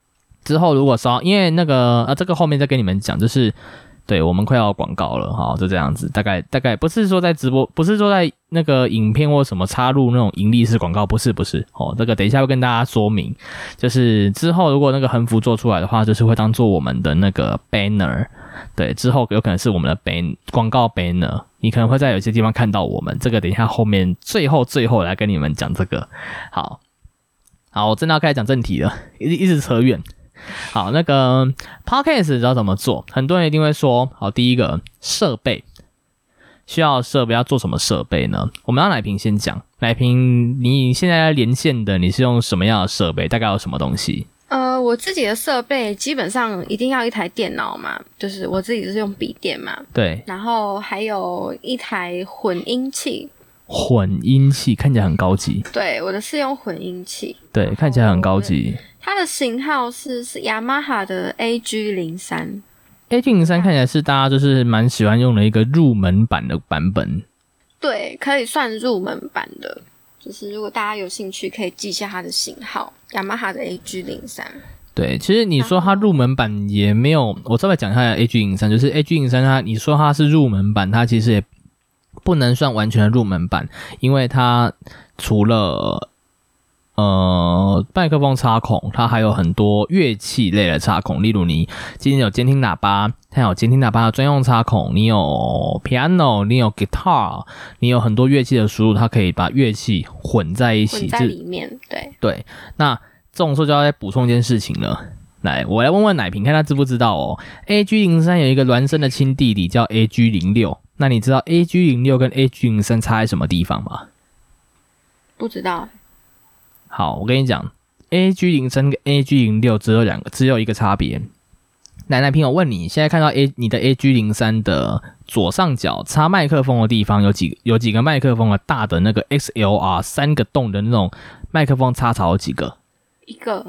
Speaker 2: 之后如果烧，因为那个呃，这个后面再跟你们讲，就是对我们快要广告了哈，就这样子，大概大概不是说在直播，不是说在那个影片或什么插入那种盈利式广告，不是不是哦，这个等一下会跟大家说明，就是之后如果那个横幅做出来的话，就是会当做我们的那个 banner， 对，之后有可能是我们的 ban 广告 banner， 你可能会在有些地方看到我们，这个等一下后面最后最后来跟你们讲这个，好。好，我真的要开始讲正题了，一直一直扯远。好，那个 podcast 知道怎么做？很多人一定会说，好，第一个设备需要设备，要做什么设备呢？我们让奶瓶先讲。奶瓶，你现在连线的，你是用什么样的设备？大概有什么东西？
Speaker 1: 呃，我自己的设备基本上一定要一台电脑嘛，就是我自己是用笔电嘛，
Speaker 2: 对，
Speaker 1: 然后还有一台混音器。
Speaker 2: 混音器看起来很高级，
Speaker 1: 对，我的是用混音器，
Speaker 2: 对，看起来很高级。
Speaker 1: 它的型号是是雅马哈的 A G 零三。
Speaker 2: A G 零三 看起来是大家就是蛮喜欢用的一个入门版的版本。
Speaker 1: 对，可以算入门版的，就是如果大家有兴趣，可以记一下它的型号，雅马哈的 A G 零三。
Speaker 2: 对，其实你说它入门版也没有，我稍微讲一下 A G 零三，就是 A G 零三 它，你说它是入门版，它其实也不能算完全的入门版，因为它除了呃麦克风插孔，它还有很多乐器类的插孔，例如你今天有监听喇叭，它有监听喇叭的专用插孔，你有 piano， 你有 guitar， 你有很多乐器的输入，它可以把乐器混在一起，
Speaker 1: 混在里面，对
Speaker 2: 对。那这种时候就要再补充一件事情了。来，我来问问奶瓶，看他知不知道哦。A G 零三 有一个孪生的亲弟弟叫 A G 零六，那你知道 A G 零六 跟 A G 零三 差在什么地方吗？
Speaker 1: 不知道。
Speaker 2: 好，我跟你讲 ，A G 零三 跟 A G 零六 只有两个，只有一个差别。奶奶瓶，我问你，现在看到 A 你的 A G 零三 的左上角插麦克风的地方有几有几个麦克风的大的那个 X L R 三个洞的那种麦克风插槽有几个？
Speaker 1: 一个。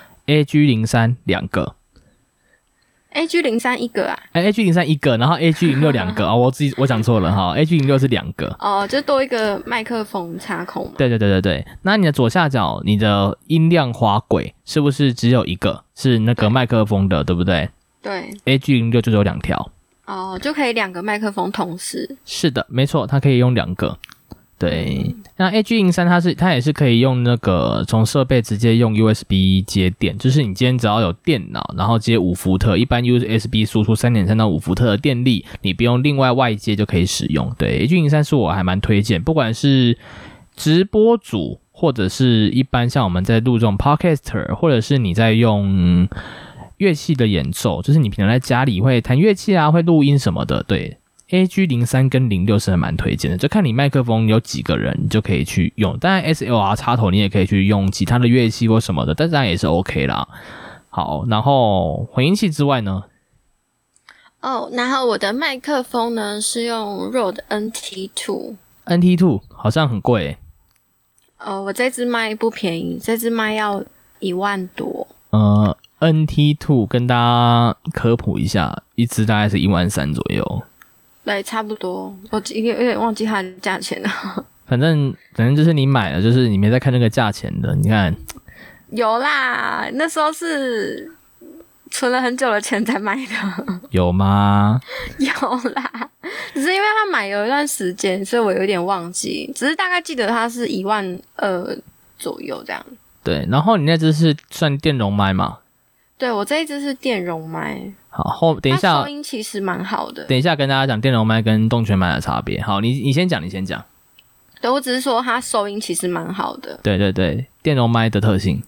Speaker 2: A G 零三 两个。
Speaker 1: A G 零三 一个啊？
Speaker 2: 哎 ，A G 零三 一个，然后 A G 零六 两个哦，我自己我讲错了哈 ，A G 零六 是两个。
Speaker 1: 哦，就多一个麦克风插孔嘛。
Speaker 2: 对对对对对，那你的左下角，你的音量滑轨是不是只有一个是那个麦克风的， 对, 对不对？
Speaker 1: 对。
Speaker 2: A G 零六 就有两条。
Speaker 1: 哦，就可以两个麦克风同时。
Speaker 2: 是的，没错，它可以用两个。对，那 A G 零三 它是它也是可以用那个从设备直接用 U S B 接电，就是你今天只要有电脑，然后接五伏特，一般 U S B 输出 三点三 到五伏特的电力，你不用另外外接就可以使用。对 ，A G 零三 是我还蛮推荐，不管是直播主或者是一般像我们在录这种 Podcaster， 或者是你在用乐器的演奏，就是你平常在家里会弹乐器啊，会录音什么的，对。A G 零三 跟零六是还蛮推荐的，就看你麦克风有几个人，你就可以去用。当然 S L R 插头你也可以去用其他的乐器或什么的，但是当然也是 OK 啦。好，然后混音器之外呢？
Speaker 1: 哦，然后我的麦克风呢是用 Rode N T 二。
Speaker 2: N T 二 好像很贵欸。
Speaker 1: 哦，我这支麦不便宜，这支麦要一万多。
Speaker 2: 呃 ，N T 二 跟大家科普一下，一支大概是一万三左右。
Speaker 1: 对，差不多，我有点忘记它的价钱了。
Speaker 2: 反正反正就是你买了，就是你没在看那个价钱的。你看，
Speaker 1: 有啦，那时候是存了很久的钱才买的。
Speaker 2: 有吗？
Speaker 1: 有啦，只是因为他买有一段时间，所以我有点忘记，只是大概记得它是一万二左右这样。
Speaker 2: 对，然后你那只是算电容麦吗？
Speaker 1: 对，我这一支是电容麦。
Speaker 2: 好，后等一下，
Speaker 1: 它收音其实蛮好的。
Speaker 2: 等一下跟大家讲电容麦跟动圈麦的差别。好，你你先讲，你先讲。
Speaker 1: 对，我只是说它收音其实蛮好的。
Speaker 2: 对对对，电容麦的特性。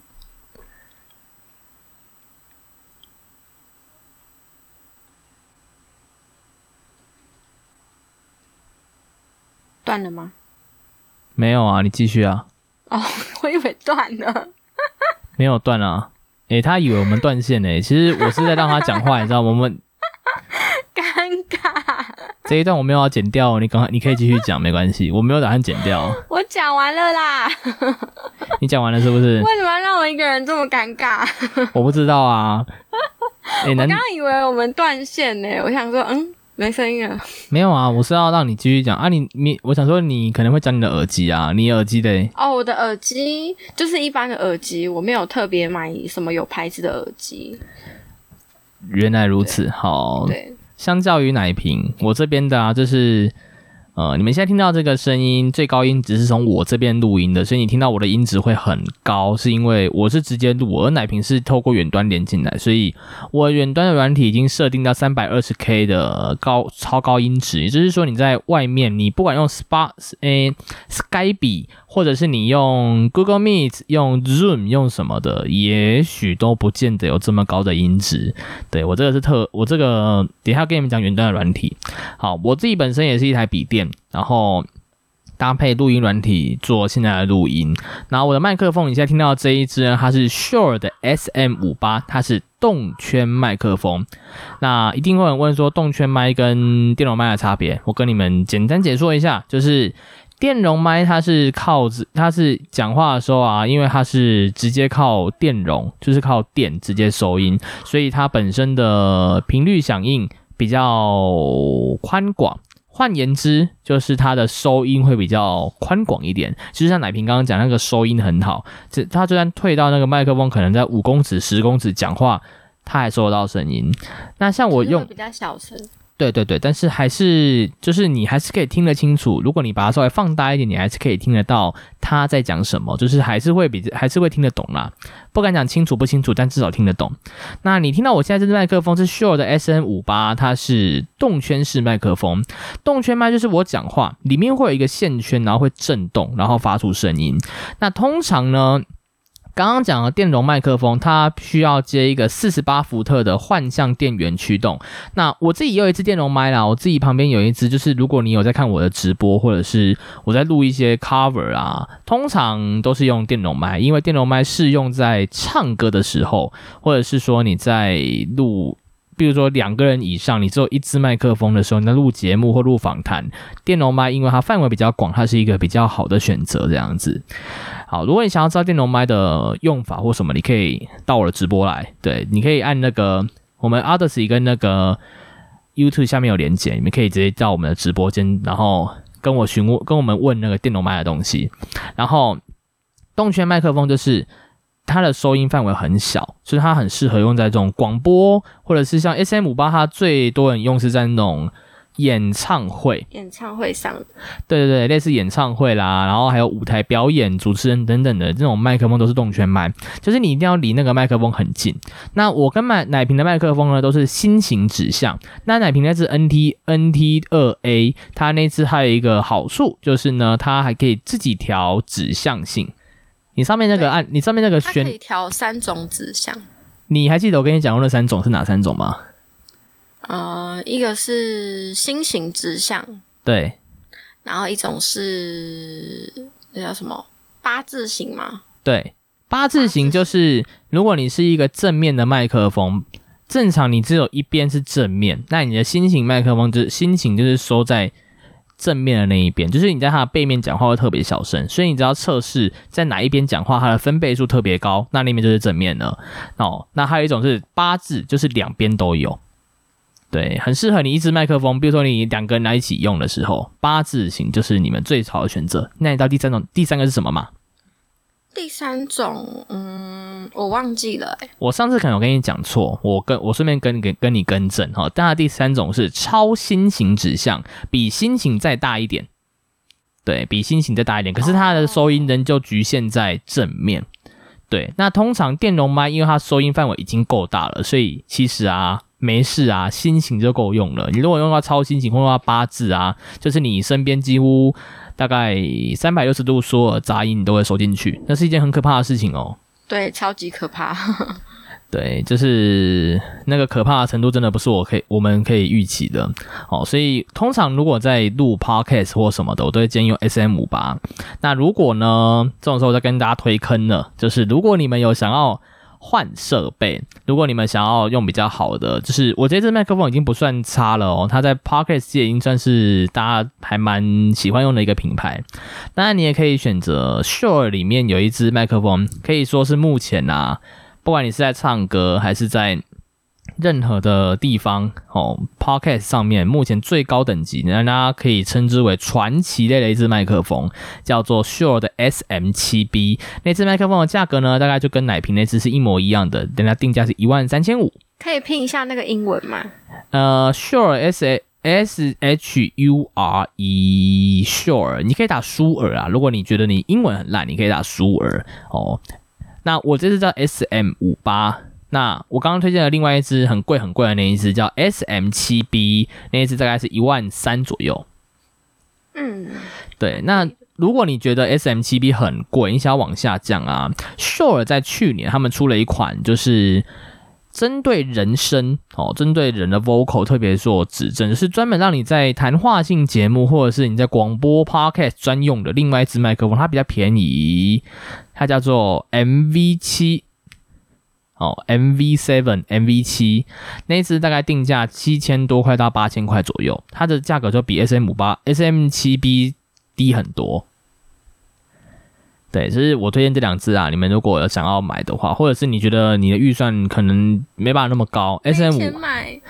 Speaker 1: 断了吗？
Speaker 2: 没有啊，你继续啊。
Speaker 1: 哦，我以为断了。
Speaker 2: 没有断啊。诶、欸，他以为我们断线诶、欸，其实我是在让他讲话，你知道吗？我们
Speaker 1: 尴尬。
Speaker 2: 这一段我没有要剪掉，你赶快，你可以继续讲，没关系，我没有打算剪掉。
Speaker 1: 我讲完了啦。
Speaker 2: 你讲完了是不是？
Speaker 1: 为什么要让我一个人这么尴尬？
Speaker 2: 我不知道啊。欸、
Speaker 1: 我刚刚以为我们断线呢、欸，我想说，嗯， 没声音了。
Speaker 2: 没有啊，我是要让你继续讲啊你。你我想说你可能会讲你的耳机啊，你耳机的
Speaker 1: 哦，我的耳机就是一般的耳机，我没有特别买什么有牌子的耳机。
Speaker 2: 原来如此，好。
Speaker 1: 对，
Speaker 2: 相较于奶瓶，我这边的啊，就是呃，你们现在听到这个声音，最高音质是从我这边录音的，所以你听到我的音质会很高，是因为我是直接录，而奶瓶是透过远端连进来，所以我远端的软体已经设定到 三百二十K 的高超高音质，也就是说你在外面，你不管用 Spa 诶 Skype 或者是你用 Google Meet 用 Zoom 用什么的，也许都不见得有这么高的音质。对，我这个是特我这个等一下跟你们讲远端的软体。好，我自己本身也是一台笔电，然后搭配录音软体做现在的录音。然后我的麦克风你现在听到的这一支呢，它是 Shure 的 S M 五十八， 它是动圈麦克风。那一定会有人问说动圈麦跟电容麦的差别，我跟你们简单解说一下，就是电容麦它是靠它是讲话的时候啊，因为它是直接靠电容，就是靠电直接收音，所以它本身的频率响应比较宽广。换言之，就是它的收音会比较宽广一点。就像奶瓶刚刚讲那个收音很好，它就算退到那个麦克风，可能在五公尺、十公尺讲话，它还收得到声音。那像我用
Speaker 1: 比较小声。
Speaker 2: 对对对，但是还是就是你还是可以听得清楚。如果你把它稍微放大一点，你还是可以听得到他在讲什么，就是还是会比还是会听得懂啦。不敢讲清楚不清楚，但至少听得懂。那你听到我现在这支麦克风是 Shure 的 S M 五十八， 它是动圈式麦克风。动圈麦就是我讲话里面会有一个线圈，然后会震动，然后发出声音。那通常呢，刚刚讲的电容麦克风，它需要接一个四十八伏特的幻象电源驱动。那我自己也有一支电容麦啦，我自己旁边有一支，就是如果你有在看我的直播，或者是我在录一些 cover 啊，通常都是用电容麦，因为电容麦适用在唱歌的时候，或者是说你在录。比如说两个人以上，你只有一支麦克风的时候，你在录节目或录访谈，电容麦因为它范围比较广，它是一个比较好的选择这样子。好，如果你想要知道电容麦的用法或什么，你可以到我的直播来，对，你可以按那个我们 Odyssey 跟那个 YouTube 下面有连结，你们可以直接到我们的直播间，然后跟我询问，跟我们问那个电容麦的东西。然后动圈麦克风就是它的收音范围很小，所以它很适合用在这种广播，或者是像 S M 五十八， 它最多人用是在那种演唱会
Speaker 1: 演唱会上，
Speaker 2: 对对对，类似演唱会啦，然后还有舞台表演主持人等等的这种麦克风都是动圈麦，就是你一定要离那个麦克风很近。那我跟奶瓶的麦克风呢都是心形指向，那奶瓶那支 N T N T 二 A， 它那支还有一个好处就是呢，它还可以自己调指向性。你上面那个按，你上面那个选，
Speaker 1: 它可以调三种指向。
Speaker 2: 你还记得我跟你讲过那三种是哪三种吗？
Speaker 1: 呃，一个是心形指向，
Speaker 2: 对，
Speaker 1: 然后一种是那叫什么八字形吗？
Speaker 2: 对，八字形就是如果你是一个正面的麦克风，正常你只有一边是正面，那你的心形麦克风就是心形就是收在正面的那一边，就是你在它的背面讲话会特别小声，所以你只要测试在哪一边讲话它的分贝数特别高，那那边就是正面了。哦，那还有一种是八字，就是两边都有。对，很适合你一支麦克风，比如说你两个人来一起用的时候，八字形就是你们最好的选择。那你知道第三种，第三个是什么吗？
Speaker 1: 第三种，嗯，我忘记了、欸。
Speaker 2: 我上次可能有跟你讲错，我跟我顺便跟跟跟你更正哈。但它第三种是超心形指向，比心形再大一点，对比心形再大一点，可是它的收音仍旧局限在正面。对，那通常电容麦因为它收音范围已经够大了，所以其实啊。没事啊，心形就够用了。你如果用到超心形或用到八字啊，就是你身边几乎大概三百六十度所有的杂音你都会收进去，那是一件很可怕的事情哦。
Speaker 1: 对，超级可怕。
Speaker 2: 对，就是那个可怕的程度，真的不是我可以我们可以预期的哦。所以通常如果在录 podcast 或什么的，我都会建议用 S M 五十八。那如果呢，这种时候我再跟大家推坑了，就是如果你们有想要换设备，如果你们想要用比较好的，就是我这支麦克风已经不算差了哦，它在 Podcast 界已经算是大家还蛮喜欢用的一个品牌。当然你也可以选择 Shure 里面有一支麦克风，可以说是目前啊，不管你是在唱歌还是在任何的地方哦 ，Podcast 上面目前最高等级，大家可以称之为传奇类的一支麦克风，叫做 Shure 的 S M 七 B。那支麦克风的价格呢，大概就跟奶瓶那支是一模一样的，人家定价是一万三千五。
Speaker 1: 可以拼一下那个英文吗？
Speaker 2: 呃 ，Shure S A S H U R E Shure， 你可以打舒尔啊。如果你觉得你英文很烂，你可以打舒尔哦。那我这支叫 S M 五十八。那我刚刚推荐的另外一支很贵很贵的那一支叫 S M 七 B， 那一支大概是一万三左右。
Speaker 1: 嗯，
Speaker 2: 对。那如果你觉得 S M 七 B 很贵，你想要往下降啊 ，Shure 在去年他们出了一款就是针对人声哦，针对人的 vocal 特别做指正，就是专门让你在谈话性节目或者是你在广播 podcast 专用的另外一支麦克风，它比较便宜，它叫做 M V 七。哦 ，M V 七 M V 七 那一支大概定价七千多块到八千块左右，它的价格就比 S M 五十八 S M 七 B 低很多。对，就是我推荐这两支啊，你们如果有想要买的话，或者是你觉得你的预算可能没办法那么高 ，S M 五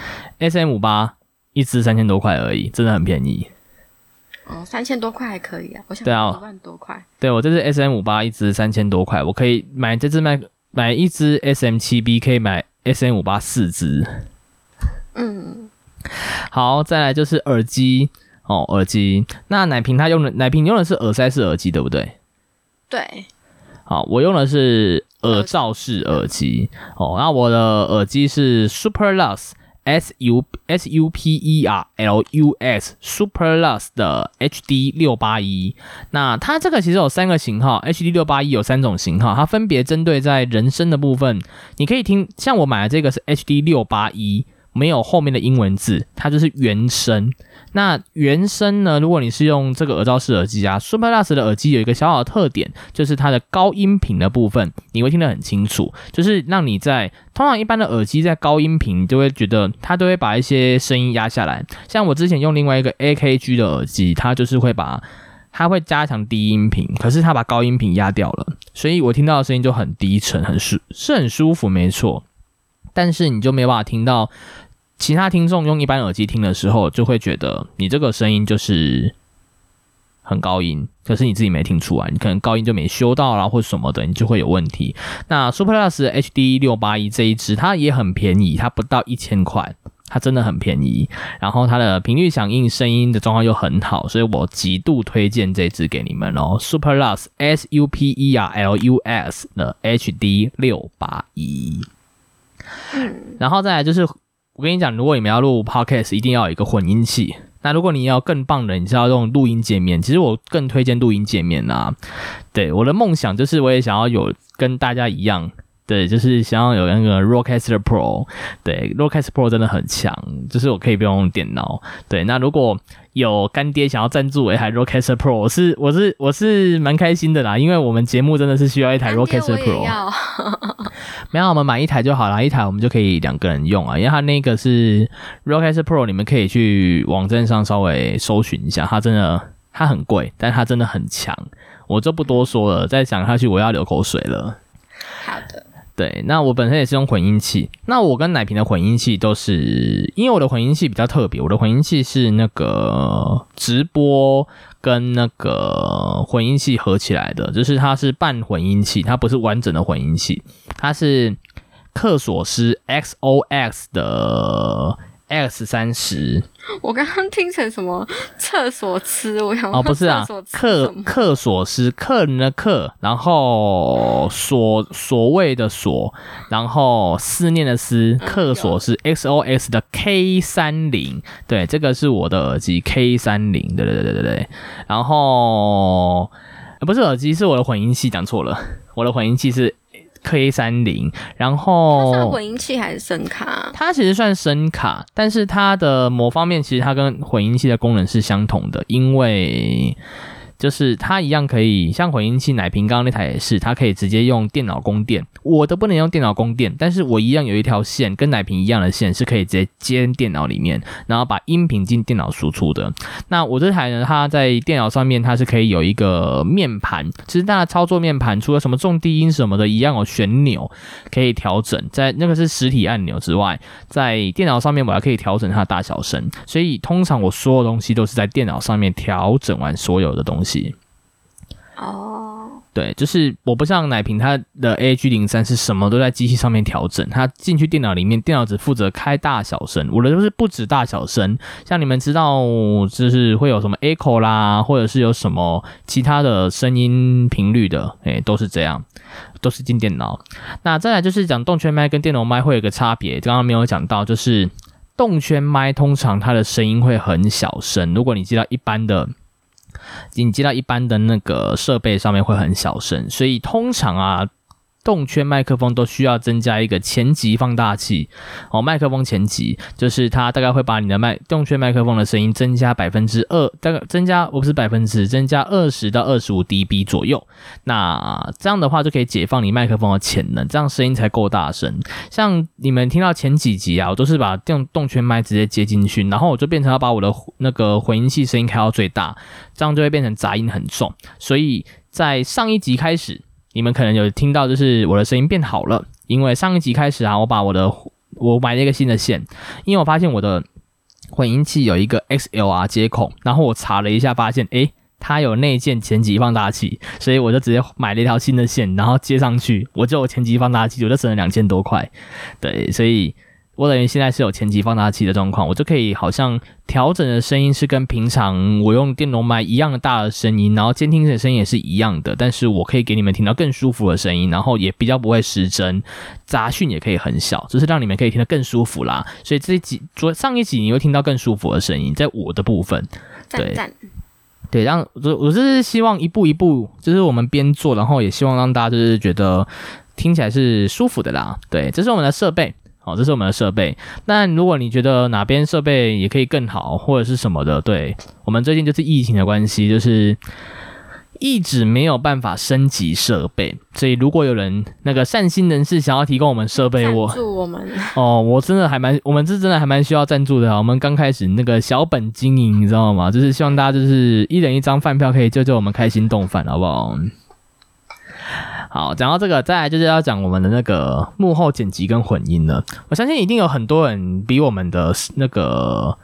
Speaker 2: S M 五十八一支三千多块而已，真的很便宜。
Speaker 1: 哦，三千多块还可以啊，我想
Speaker 2: 对啊，
Speaker 1: 一万多块。
Speaker 2: 对，我这支 S M 五十八一支三千多块，我可以买这支麦买一支 S M 七 B， 可以买 S M 五十八四支。
Speaker 1: 嗯，
Speaker 2: 好，再来就是耳机哦，耳机。那奶瓶它用的奶瓶用的是耳塞式耳机，对不对？
Speaker 1: 对。
Speaker 2: 好，我用的是耳罩式耳机哦。那我的耳机是 Superlux S U S U P E R L U S Superlux 的 H D 六八一。那它这个其实有三个型号 ，H D 六八一有三种型号，它分别针对在人声的部分，你可以听，像我买的这个是 H D 六八一，没有后面的英文字，它就是原声。那原声呢，如果你是用这个耳罩式耳机啊 ，Superlux 的耳机有一个小小的特点，就是它的高音频的部分你会听得很清楚，就是让你在通常一般的耳机在高音频，你就会觉得它都会把一些声音压下来。像我之前用另外一个 A K G 的耳机，它就是会把它会加强低音频，可是它把高音频压掉了，所以我听到的声音就很低沉，很舒是很舒服，没错。但是你就没有办法听到。其他听众用一般耳机听的时候，就会觉得你这个声音就是很高音，可是你自己没听出来，你可能高音就没修到啦，或什么的，你就会有问题。那 Superlux H D 六八一 这一支，它也很便宜，它不到一千块，它真的很便宜。然后它的频率响应、声音的状况又很好，所以我极度推荐这支给你们哦。Superlux S U P E R L U S 的 H D 六八一。嗯，然后再来就是。我跟你讲，如果你们要录 podcast， 一定要有一个混音器。那如果你要更棒的，你是要用录音界面。其实我更推荐录音界面啊。对，我的梦想就是我也想要有跟大家一样，对，就是想要有那个 Rodecaster Pro。对 ，Rodecaster Pro 真的很强，就是我可以不用电脑。对，那如果有干爹想要赞助我一台 Rodecaster Pro， 我是我是我是蛮开心的啦，因为我们节目真的是需要一台 Rodecaster Pro。没有，我们买一台就好啦，一台我们就可以两个人用啊，因为它那个是 Rodecaster Pro， 你们可以去网站上稍微搜寻一下，它真的它很贵，但它真的很强，我就不多说了，再讲下去我要流口水了。
Speaker 1: 好的。
Speaker 2: 对，那我本身也是用混音器，那我跟奶瓶的混音器都是，因为我的混音器比较特别，我的混音器是那个直播跟那个混音器合起来的，就是它是半混音器，它不是完整的混音器，它是克索斯 X O X 的 X 三十。
Speaker 1: 我刚刚听成什么厕所吃，我想
Speaker 2: 哦，不是啊，克克索斯，客人的客，然后所所谓的所，然后思念的思，克索斯 X O X 的 K 三十， 对，这个是我的耳机 K 三十， 对对对对对，然后不是耳机，是我的混音器，讲错了，我的混音器是K 三十， 然后
Speaker 1: 它算混音器还是声卡？
Speaker 2: 它其实算声卡，但是它的某方面其实它跟混音器的功能是相同的，因为就是它一样可以像混音器奶瓶刚刚那台也是，它可以直接用电脑供电，我的不能用电脑供电，但是我一样有一条线跟奶瓶一样的线是可以直接接电脑里面，然后把音频进电脑输出的。那我这台呢，它在电脑上面它是可以有一个面盘，其实它的操作面盘除了什么重低音什么的一样有旋钮可以调整，在那个是实体按钮之外，在电脑上面我还可以调整它的大小声，所以通常我所有东西都是在电脑上面调整完所有的东西。
Speaker 1: 哦，
Speaker 2: 对，就是我不像奶瓶，它的 A G 零三 是什么都在机器上面调整，它进去电脑里面，电脑只负责开大小声，我的都是不止大小声，像你们知道就是会有什么 echo 啦，或者是有什么其他的声音频率的，诶，都是这样，都是进电脑。那再来就是讲动圈麦跟电容麦会有一个差别，刚刚没有讲到，就是动圈麦通常它的声音会很小声，如果你接到一般的你接到一般的那个设备上面会很小声，所以通常啊动圈麦克风都需要增加一个前级放大器哦，麦克风前级就是它大概会把你的麦动圈麦克风的声音增加百分之二，大概增加我不是百分之增加二十到二十五 dB 左右。那这样的话就可以解放你麦克风的潜能，这样声音才够大声。像你们听到前几集啊，我都是把动动圈麦直接接进去，然后我就变成要把我的那个混音器声音开到最大，这样就会变成杂音很重。所以在上一集开始。你们可能有听到，就是我的声音变好了，因为上一集开始啊，我把我的我买了一个新的线，因为我发现我的混音器有一个 X L R 接口，然后我查了一下，发现诶它有内建前级放大器，所以我就直接买了一条新的线，然后接上去，我就有前级放大器，我就省了两千多块，对，所以。我等于现在是有前级放大器的状况，我就可以好像调整的声音是跟平常我用电容麦一样的大的声音，然后监听的声音也是一样的，但是我可以给你们听到更舒服的声音，然后也比较不会失真，杂讯也可以很小，就是让你们可以听得更舒服啦。所以这一集上一集你会听到更舒服的声音，在我的部分，对。
Speaker 1: 赞赞
Speaker 2: 对，让我是希望一步一步，就是我们边做，然后也希望让大家就是觉得听起来是舒服的啦。对，这是我们的设备。好，这是我们的设备。那如果你觉得哪边设备也可以更好，或者是什么的，对，我们最近就是疫情的关系，就是一直没有办法升级设备，所以如果有人那个善心人士想要提供我们设备，我
Speaker 1: 赞助我们
Speaker 2: 哦，我真的还蛮，我们是真的还蛮需要赞助的啊。我们刚开始那个小本经营，你知道吗？就是希望大家就是一人一张饭票，可以救救我们开心动饭，好不好？好，讲到这个，再来就是要讲我们的那个幕后剪辑跟混音了。我相信一定有很多人比我们的那个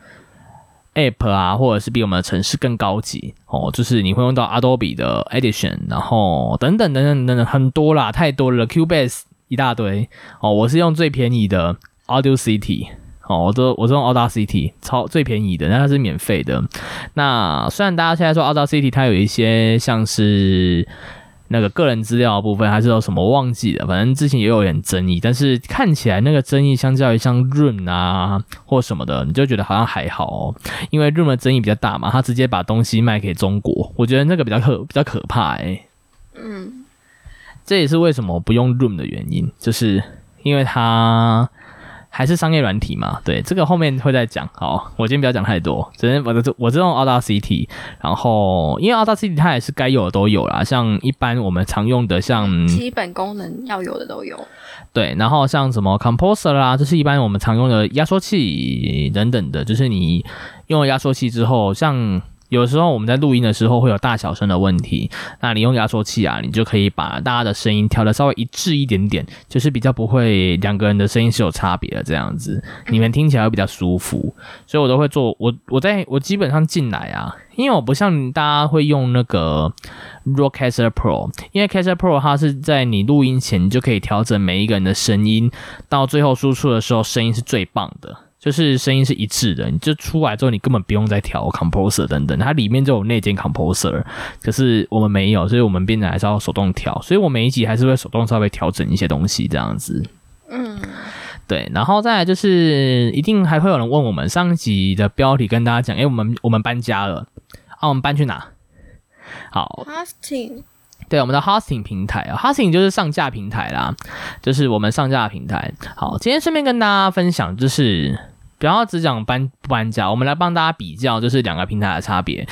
Speaker 2: App 啊，或者是比我们的程式更高级哦，就是你会用到 Adobe 的 Edition， 然后等等等等等等很多啦，太多了 ，Cubase 一大堆哦。我是用最便宜的 Audacity。哦，我都我是用 Audacity 超最便宜的，那它是免费的。那虽然大家现在说 Audacity 它有一些像是那个个人资料的部分还是有什么忘记了，反正之前也有点争议，但是看起来那个争议相较于像 Room 啊或什么的，你就觉得好像还好哦，因为 Room 的争议比较大嘛，他直接把东西卖给中国，我觉得那个比较可比较可怕欸。嗯，这也是为什么我不用 Room 的原因，就是因为它还是商业软体嘛，对，这个后面会再讲。好，我今天不要讲太多，只是我的我是用 Audacity， 然后因为 Audacity 它也是该有的都有啦，像一般我们常用的像
Speaker 1: 基本功能要有的都有，
Speaker 2: 对，然后像什么 Composer 啦，就是一般我们常用的压缩器等等的，就是你用了压缩器之后，像有时候我们在录音的时候会有大小声的问题，那你用压缩器啊，你就可以把大家的声音调得稍微一致一点点，就是比较不会两个人的声音是有差别的这样子，你们听起来会比较舒服。所以我都会做，我我在我基本上进来啊，因为我不像大家会用那个 Rodecaster Pro， 因为 Caster Pro 它是在你录音前你就可以调整每一个人的声音，到最后输出的时候声音是最棒的。就是声音是一致的，你就出来之后你根本不用再调 composer 等等，它里面就有内建 composer， 可是我们没有，所以我们变成还是要手动调，所以我每一集还是会手动稍微调整一些东西这样子。嗯，对，然后再来就是一定还会有人问我们上一集的标题跟大家讲，诶，我们我们搬家了啊，我们搬去哪？好
Speaker 1: ，Hosting。
Speaker 2: 对，我们的 hosting 平台啊 ，hosting 就是上架平台啦，就是我们上架的平台。好，今天顺便跟大家分享，就是不要只讲搬不搬家，我们来帮大家比较，就是两个平台的差别。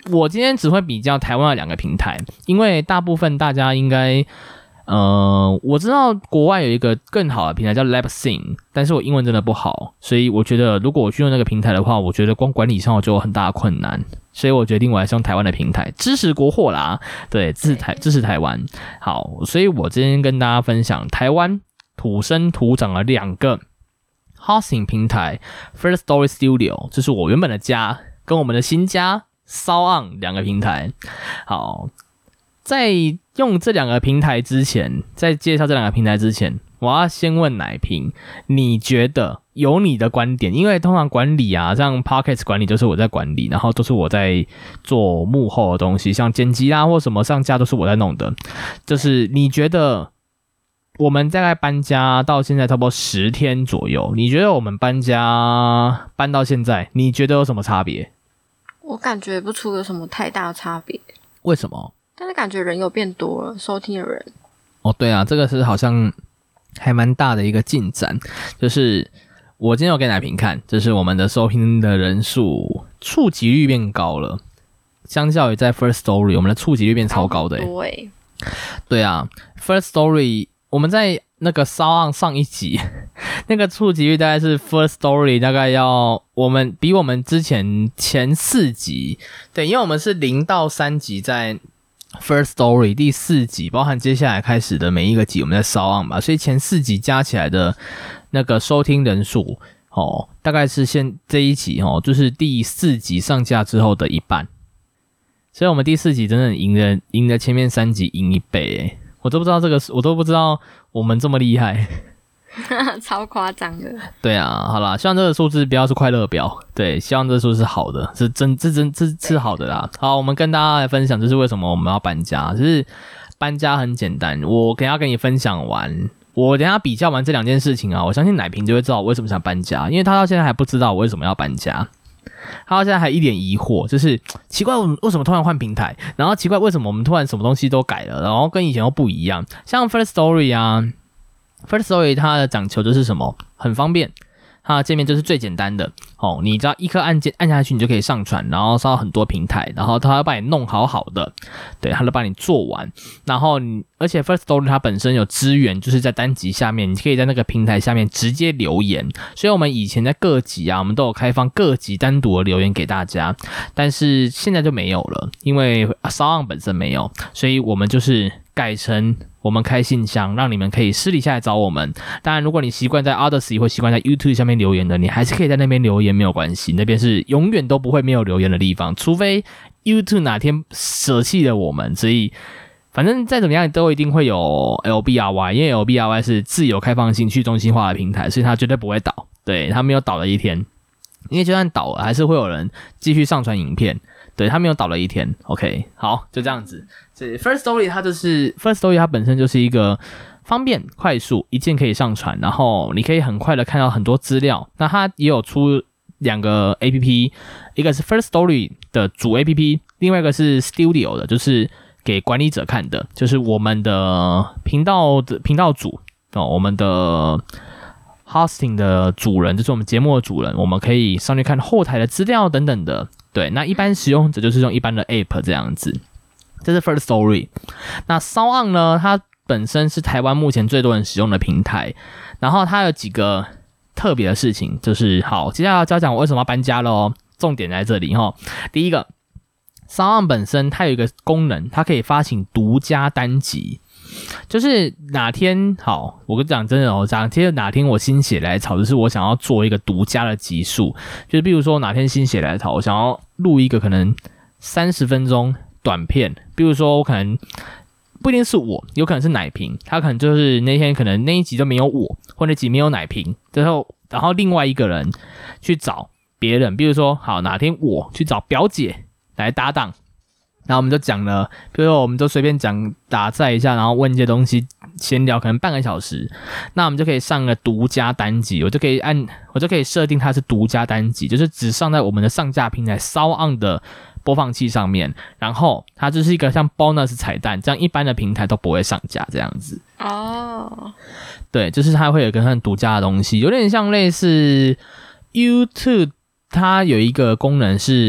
Speaker 2: 我今天只会比较台湾的两个平台，因为大部分大家应该。呃，我知道国外有一个更好的平台叫 Labsyn， 但是我英文真的不好，所以我觉得如果我去用那个平台的话，我觉得光管理上我就有很大的困难，所以我决定我还是用台湾的平台，支持国货啦，对，支持台支持台湾。好，所以我今天跟大家分享台湾土生土长的两个 hosting 平台 ，First Story Studio， 这是我原本的家，跟我们的新家 SoundOn 两个平台。好。在用这两个平台之前，在介绍这两个平台之前，我要先问奶瓶，你觉得有你的观点？因为通常管理啊，像 Podcast 管理就是我在管理，然后都是我在做幕后的东西，像剪辑啊或什么上架都是我在弄的。就是你觉得我们大概搬家到现在差不多十天左右，你觉得我们搬家搬到现在，你觉得有什么差别？
Speaker 1: 我感觉不出有什么太大的差别。
Speaker 2: 为什么？
Speaker 1: 但是感觉人有变多了，收听的人。
Speaker 2: 哦，对啊，这个是好像还蛮大的一个进展。就是我今天有给奶瓶看，就是我们的收听的人数触及率变高了，相较于在 First Story， 我们的触及率变超高的、欸。
Speaker 1: 多欸。
Speaker 2: 对啊 ，First Story 我们在那个 SoundOn 上一集，那个触及率大概是 First Story 大概要我们比我们之前前四集，对，因为我们是零到三集在。First Story 第四集，包含接下来开始的每一个集，我们在SoundOn嘛，所以前四集加起来的那个收听人数，哦，大概是现这一集哦，就是第四集上架之后的一半，所以我们第四集真的赢了赢了前面三集赢一倍诶，我都不知道这个，我都不知道我们这么厉害。
Speaker 1: 超夸张的。
Speaker 2: 对啊，好啦，希望这个数字不要是快乐表，对，希望这个数字是好的，是真，这真这是好的啦。好，我们跟大家来分享，就是为什么我们要搬家。就是搬家很简单，我等一下跟你分享完，我等一下比较完这两件事情啊，我相信奶瓶就会知道我为什么想搬家，因为他到现在还不知道我为什么要搬家。他到现在还一脸疑惑，就是奇怪为什么突然换平台，然后奇怪为什么我们突然什么东西都改了，然后跟以前都不一样。像 First Story 啊。First Story 它的讲求就是什么？很方便，它的界面就是最简单的哦。你只要一颗按键按下去，你就可以上传，然后上到很多平台，然后它会帮你弄好好的，对，它都帮你做完。然后你，而且 First Story 它本身有资源，就是在单集下面，你可以在那个平台下面直接留言。所以我们以前在各集啊，我们都有开放各集单独的留言给大家，但是现在就没有了，因为 SoundOn 本身没有，所以我们就是改成。我们开信箱，让你们可以私底下来找我们。当然，如果你习惯在 Odyssey 或习惯在 YouTube 下面留言的，你还是可以在那边留言，没有关系。那边是永远都不会没有留言的地方，除非 YouTube 哪天舍弃了我们。所以，反正再怎么样都一定会有 L B R Y， 因为 L B R Y 是自由开放性去中心化的平台，所以它绝对不会倒。对，它没有倒的一天，因为就算倒了，还是会有人继续上传影片。对，它没有倒了一天 ，OK， 好，就这样子。所以 First Story 它就是 First Story 它本身就是一个方便、快速，一键可以上传，然后你可以很快的看到很多资料。那它也有出两个 A P P， 一个是 First Story 的主 A P P， 另外一个是 Studio 的，就是给管理者看的，就是我们的频道的频道主哦，我们的 Hosting 的主人，就是我们节目的主人，我们可以上去看后台的资料等等的。对，那一般使用者就是用一般的 App 这样子，这是 First Story。那 SoundOn 呢，它本身是台湾目前最多人使用的平台，然后它有几个特别的事情，就是好，接下来要讲讲我为什么要搬家咯，重点在这里齁。第一个 ，SoundOn 本身它有一个功能，它可以发行独家单集。就是哪天好，我跟你讲真的哦，讲其实哪天我心血来潮，就是我想要做一个独家的集数，就是比如说哪天心血来潮，我想要录一个可能三十分钟短片，比如说我可能不一定是我，有可能是奶瓶，他可能就是那天可能那一集都没有我，或那集没有奶瓶，然后然后另外一个人去找别人，比如说好哪天我去找表姐来搭档。然后我们就讲了，比如说我们就随便讲打载一下，然后问一些东西，闲聊可能半个小时，那我们就可以上个独家单集，我就可以按，我就可以设定它是独家单集，就是只上在我们的上架平台 SoundOn 的播放器上面，然后它就是一个像 bonus 彩蛋，这样一般的平台都不会上架这样子。哦，对，就是它会有一个很独家的东西，有点像类似 YouTube， 它有一个功能是。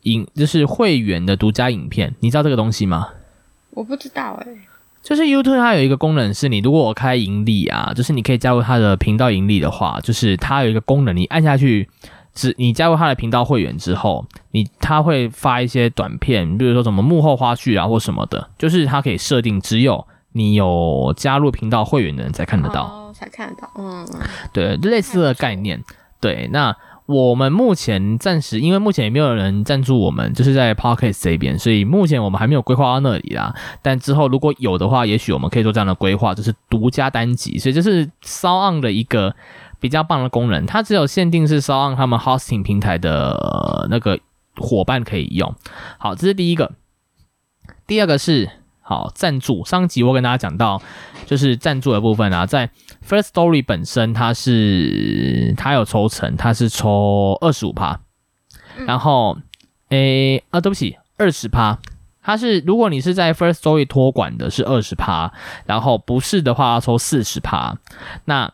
Speaker 2: 影就是会员的独家影片，你知道这个东西吗？
Speaker 1: 我不知道哎、欸。
Speaker 2: 就是 YouTube 它有一个功能是，你如果我开盈利啊，就是你可以加入它的频道盈利的话，就是它有一个功能，你按下去，只你加入它的频道会员之后，你它会发一些短片，比如说什么幕后花絮啊或什么的，就是它可以设定只有你有加入频道会员的人才看得到，
Speaker 1: 哦，才看得到，嗯，
Speaker 2: 对，类似的概念，对，那。我们目前暂时，因为目前也没有人赞助我们，就是在 Podcast 这边，所以目前我们还没有规划到那里啦。但之后如果有的话，也许我们可以做这样的规划，就是独家单集。所以这是 SoundOn 的一个比较棒的功能，它只有限定是 SoundOn 他们 hosting 平台的、呃、那个伙伴可以用。好，这是第一个。第二个是好赞助，上集我跟大家讲到，就是赞助的部分啊，在 First Story 本身它是它有抽成，它是抽 百分之二十五， 然后诶啊对不起 百分之二十， 它是如果你是在 First Story 托管的是 百分之二十， 然后不是的话要抽 百分之四十。 那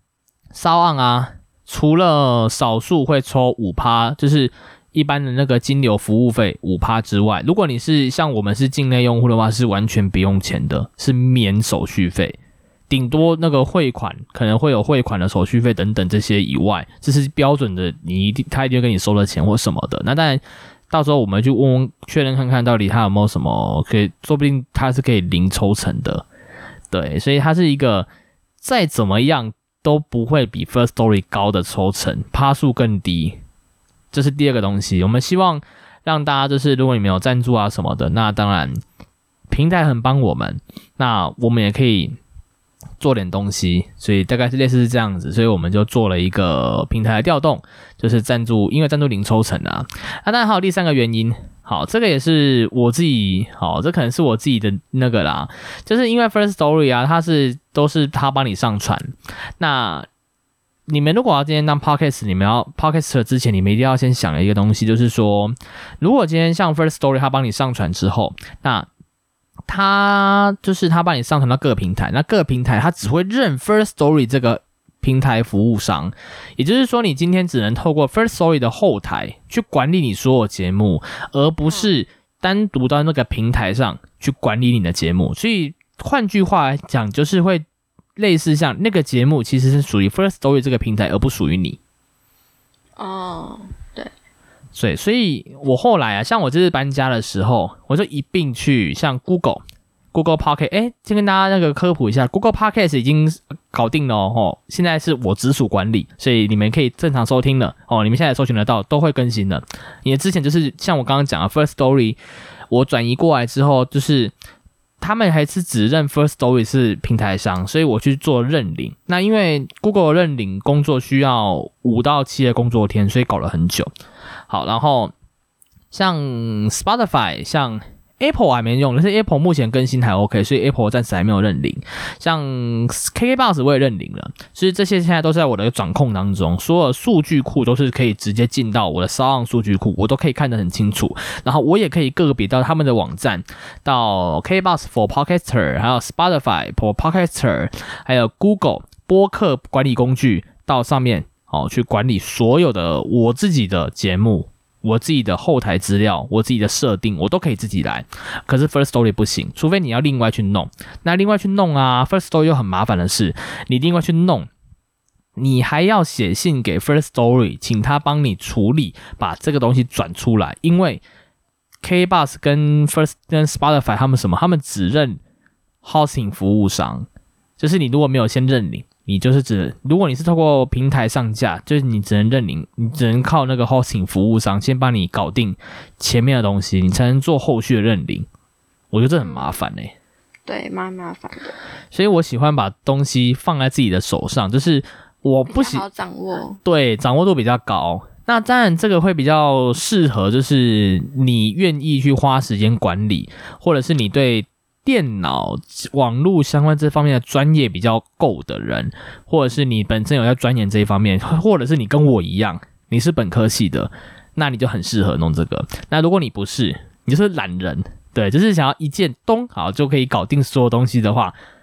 Speaker 2: SoundOn 啊，除了少数会抽 百分之五， 就是一般的那个金流服务费 百分之五 之外，如果你是像我们是境内用户的话，是完全不用钱的，是免手续费，顶多那个汇款可能会有汇款的手续费等等这些以外，这是标准的，你一定他一定会跟你收了钱或什么的。那当然到时候我们就问问确认看看到底他有没有什么可以，说不定他是可以零抽成的，对，所以它是一个再怎么样都不会比 First Story 高的抽成，趴数更低。这是第二个东西，我们希望让大家就是如果你们有赞助啊什么的，那当然平台很帮我们，那我们也可以做点东西，所以大概是类似是这样子，所以我们就做了一个平台的调动，就是赞助，因为赞助零抽成啊。啊，当然还有第三个原因，好，这个也是我自己，好，这可能是我自己的那个啦，就是因为 First Story 啊，它是都是他帮你上传，那你们如果要今天当 podcast， 你们要 podcaster 之前，你们一定要先想的一个东西，就是说，如果今天像 First Story 他帮你上传之后，那他就是他帮你上传到各个平台，那各个平台他只会认 First Story 这个平台服务商，也就是说，你今天只能透过 First Story 的后台去管理你所有节目，而不是单独到那个平台上去管理你的节目。所以换句话来讲，就是会类似像那个节目其实是属于 First Story 这个平台，而不属于你。
Speaker 1: 哦，对。
Speaker 2: 所以，所以我后来啊，像我这次搬家的时候，我就一并去像 Google、Google Podcast， 哎，先跟大家那个科普一下 ，Google Podcast 已经搞定了哦，现在是我直属管理，所以你们可以正常收听了哦，你们现在搜寻得到，都会更新的。你的之前就是像我刚刚讲的 First Story， 我转移过来之后，就是他们还是只认 First Story 是平台商，所以我去做认领。那因为 Google 认领工作需要五到七个工作天，所以搞了很久。好，然后像 Spotify， 像 Apple 我还没用，但是 Apple 目前更新还 OK， 所以 Apple 暂时还没有认领。像 K K B O X 我也认领了，所以这些现在都在我的掌控当中，所有数据库都是可以直接进到我的 SoundOn 数据库，我都可以看得很清楚。然后我也可以个别到他们的网站，到 K K B O X for Podcaster， 还有 Spotify for Podcaster， 还有 Google 播客管理工具到上面。哦，去管理所有的我自己的节目，我自己的后台资料，我自己的设定，我都可以自己来。可是 First Story 不行，除非你要另外去弄。那另外去弄啊 ，First Story 又很麻烦的是，你另外去弄，你还要写信给 First Story， 请他帮你处理，把这个东西转出来。因为 K K B O X 跟 First 跟 Spotify 他们什么，他们只认 hosting 服务商，就是你如果没有先认领。你就是只，如果你是透过平台上架，就是你只能认领，你只能靠那个 hosting 服务商先帮你搞定前面的东西，你才能做后续的认领。我觉得这很麻烦欸。
Speaker 1: 对，蛮麻烦的。
Speaker 2: 所以我喜欢把东西放在自己的手上，就是我不喜
Speaker 1: 好掌握，
Speaker 2: 对，掌握度比较高。那当然这个会比较适合，就是你愿意去花时间管理，或者是你对电脑、网络相关这方面的专业比较够的人，或者是你本身有在钻研这一方面，或者是你跟我一样，你是本科系的，那你就很适合弄这个。那如果你不是，你就是懒人，对，就是想要一键咚好就可以搞定所有东西的话，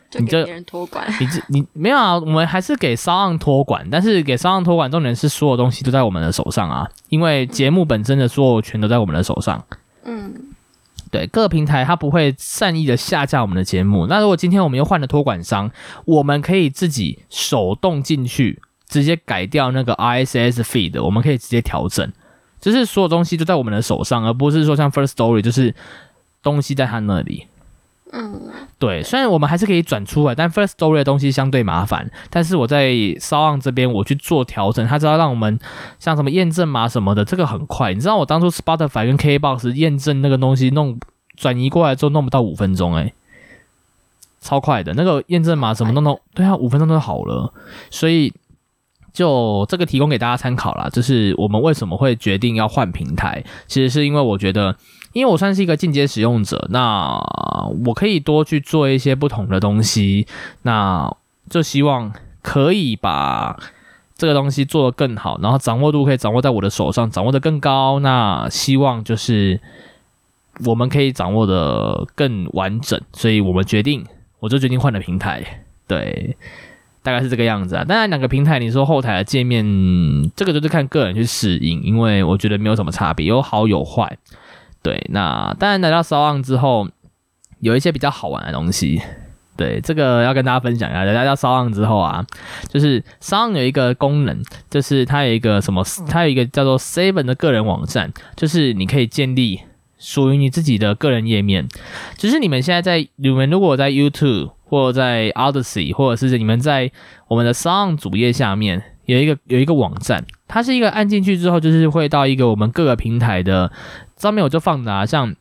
Speaker 1: 就给别人托管。
Speaker 2: 你你没有啊？我们还是给SoundOn托管，但是给SoundOn托管，重点是所有东西都在我们的手上啊，因为节目本身的所有权都在我们的手上。嗯，对，各个平台它不会善意的下架我们的节目。那如果今天我们又换了托管商，我们可以自己手动进去，直接改掉那个 R S S feed， 我们可以直接调整。就是所有东西都在我们的手上，而不是说像 First Story 就是东西在他那里。嗯，对，虽然我们还是可以转出来，但 First Story 的东西相对麻烦。但是我在 SoundOn 这边我去做调整，它知道让我们像什么验证码什么的，这个很快。你知道我当初 Spotify 跟 K K B O X 验证那个东西弄转移过来之后弄不到五分钟，哎，超快的。那个验证码什么弄弄，对啊，五分钟就好了。所以就这个提供给大家参考啦，就是我们为什么会决定要换平台，其实是因为我觉得。因为我算是一个进阶使用者，那我可以多去做一些不同的东西，那就希望可以把这个东西做得更好，然后掌握度可以掌握在我的手上，掌握得更高，那希望就是我们可以掌握得更完整，所以我们决定，我就决定换了平台，对，大概是这个样子啊。当然两个平台你说后台的界面，这个就是看个人去适应，因为我觉得没有什么差别，有好有坏。对，那当然来到SoundOn之后，有一些比较好玩的东西。对，这个要跟大家分享一下。来到SoundOn之后啊，就是 SoundOn有一个功能，就是它有一个什么，它有一个叫做 Seven 的个人网站，就是你可以建立属于你自己的个人页面。就是你们现在在，你们如果在 YouTube 或者在 Odyssey， 或者是你们在我们的 SoundOn 主页下面有一个有一个网站，它是一个按进去之后，就是会到一个我们各个平台的。上面我就放的啊，像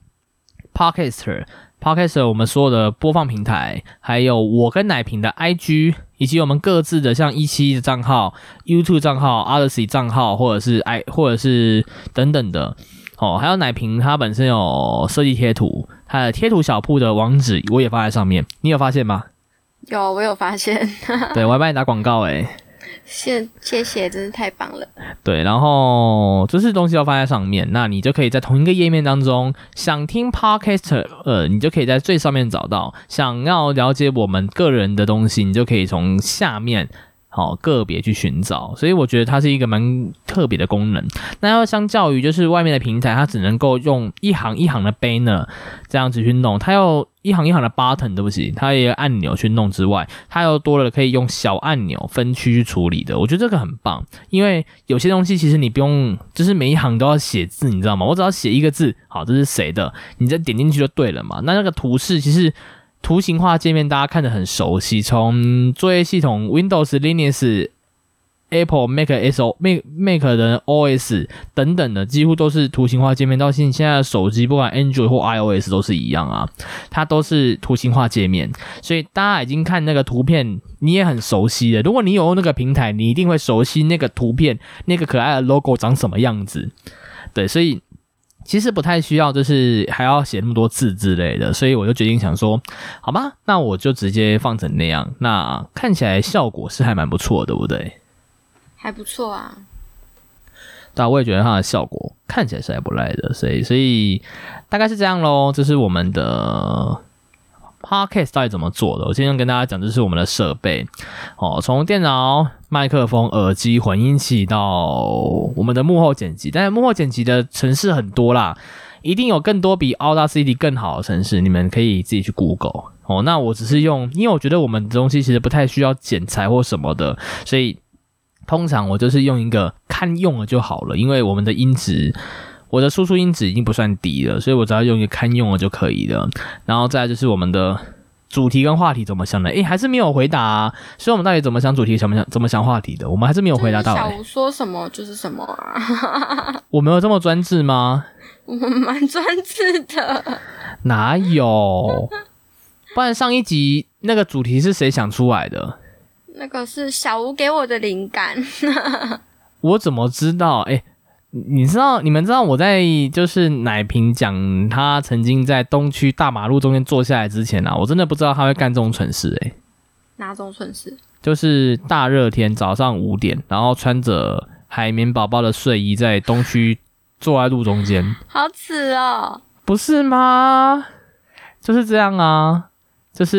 Speaker 2: Podcaster、Podcaster 我们所有的播放平台，还有我跟奶瓶的 I G， 以及我们各自的像一七的账号、YouTube 账号、Odyssey 账号，或者是 I 或者是等等的哦，还有奶瓶它本身有设计贴图，它的贴图小铺的网址我也放在上面，你有发现吗？
Speaker 1: 有，我有发现。
Speaker 2: 对，我还帮你打广告诶、欸。
Speaker 1: 谢谢谢，真是太棒了。
Speaker 2: 对，然后这些东西要放在上面，那你就可以在同一个页面当中，想听 Podcast， 呃，你就可以在最上面找到；想要了解我们个人的东西，你就可以从下面。好，个别去寻找，所以我觉得它是一个蛮特别的功能。那要相较于就是外面的平台，它只能够用一行一行的 banner 这样子去弄，它要一行一行的 button， 对不起，它有一个按钮去弄之外，它又多了可以用小按钮分区去处理的。我觉得这个很棒，因为有些东西其实你不用，就是每一行都要写字，你知道吗？我只要写一个字，好，这是谁的，你再点进去就对了嘛。那那个图示其实。图形化界面大家看得很熟悉，从作业系统 Windows、Linux、Apple、Mac、S O、Mac、Mac 的 O S 等等的，几乎都是图形化界面。到现在的手机，不管 Android 或 iOS 都是一样啊，它都是图形化界面。所以大家已经看那个图片，你也很熟悉了。如果你有用那个平台，你一定会熟悉那个图片，那个可爱的 logo 长什么样子。对，所以。其实不太需要，就是还要写那么多字之类的，所以我就决定想说，好吧，那我就直接放成那样，那看起来效果是还蛮不错的，对不对？
Speaker 1: 还不错啊。
Speaker 2: 对啊，我也觉得它的效果看起来是还不赖的，所以所以大概是这样咯，这是我们的。Podcast 到底怎么做的？我今天跟大家讲，这是我们的设备哦，从电脑、麦克风、耳机、混音器到我们的幕后剪辑。但是幕后剪辑的程式很多啦，一定有更多比 Audacity 更好的程式，你们可以自己去 Google 哦。那我只是用，因为我觉得我们的东西其实不太需要剪裁或什么的，所以通常我就是用一个堪用的就好了，因为我们的音质。我的输出音质已经不算低了，所以我只要用一个堪用的就可以了。然后再来就是我们的主题跟话题怎么想的？诶，还是没有回答啊。所以我们到底怎么想主题，怎么想怎么想话题的？我们还是没有回答到、欸。
Speaker 1: 小吴说什么就是什么啊。
Speaker 2: 我没有这么专制吗？
Speaker 1: 我们蛮专制的。
Speaker 2: 哪有？不然上一集那个主题是谁想出来的？
Speaker 1: 那个是小吴给我的灵感。
Speaker 2: 我怎么知道？诶。你知道你们知道我在就是奶瓶讲他曾经在东区大马路中间坐下来之前啊，我真的不知道他会干这种蠢事诶、欸。
Speaker 1: 哪种蠢事？
Speaker 2: 就是大热天早上五点，然后穿着海绵宝宝的睡衣在东区坐在路中间，
Speaker 1: 好耻哦！
Speaker 2: 不是吗？就是这样啊，就是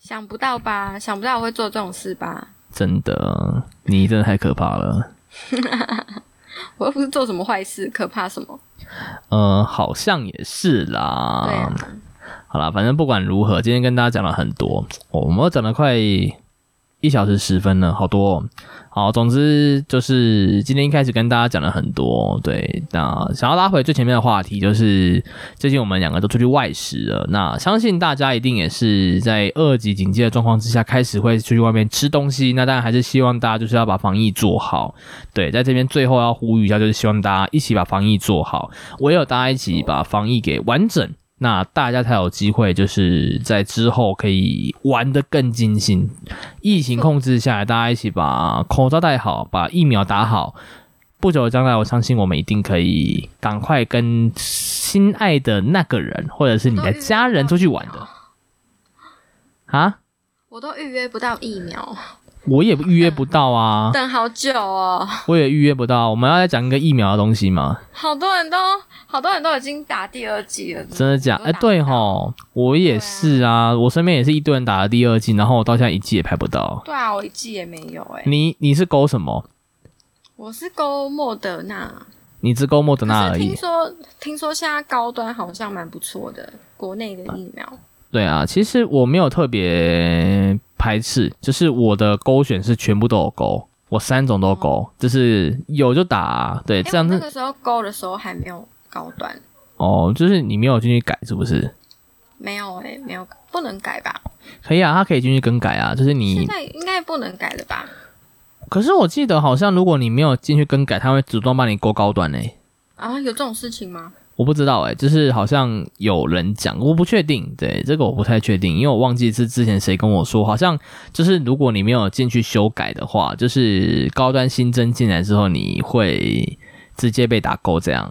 Speaker 1: 想不到吧？想不到我会做这种事吧？
Speaker 2: 真的，你真的太可怕了。
Speaker 1: 我又不是做什么坏事，可怕什么？
Speaker 2: 呃，好像也是啦。
Speaker 1: 对啊。
Speaker 2: 好啦，反正不管如何，今天跟大家讲了很多，哦、我们讲了快一小时十分了，好多、哦。好，总之就是今天一开始跟大家讲了很多，对，那想要拉回最前面的话题，就是最近我们两个都出去外食了，那相信大家一定也是在二级警戒的状况之下，开始会出去外面吃东西，那当然还是希望大家就是要把防疫做好，对，在这边最后要呼吁一下，就是希望大家一起把防疫做好，唯有大家一起把防疫给完整，那大家才有机会，就是在之后可以玩得更尽兴。疫情控制下来，大家一起把口罩戴好，把疫苗打好。不久的将来，我相信我们一定可以赶快跟心爱的那个人，或者是你的家人出去玩的。啊？
Speaker 1: 我都预约不到疫苗。
Speaker 2: 我也预约不到啊，
Speaker 1: 等好久哦。
Speaker 2: 我也预约不到。我们要再讲一个疫苗的东西吗？
Speaker 1: 好多人都，好多人都已经打第二剂了。
Speaker 2: 真的假的？哎、欸，对齁，我也是啊，啊我身边也是一堆人打了第二剂，然后我到现在一剂也排不到。
Speaker 1: 对啊，我一剂也没有哎、欸。
Speaker 2: 你你是勾什么？
Speaker 1: 我是勾莫德纳。
Speaker 2: 你只勾莫德纳而已。
Speaker 1: 听说听说现在高端好像蛮不错的，国内的疫苗。
Speaker 2: 对啊，其实我没有特别排斥，就是我的勾选是全部都有勾，我三种都勾，嗯、就是有就打、啊，对，这样子。
Speaker 1: 那个时候勾的时候还没有高端。
Speaker 2: 哦，就是你没有进去改，是不是？
Speaker 1: 没有诶、欸，没有，不能改吧？
Speaker 2: 可以啊，他可以进去更改啊，就是你
Speaker 1: 现在应该不能改了吧？
Speaker 2: 可是我记得好像如果你没有进去更改，他会主动帮你勾高端诶、欸。
Speaker 1: 啊，有这种事情吗？
Speaker 2: 我不知道哎、欸，就是好像有人讲，我不确定，对这个我不太确定，因为我忘记是之前谁跟我说，好像就是如果你没有进去修改的话，就是高端新增进来之后，你会直接被打勾这样。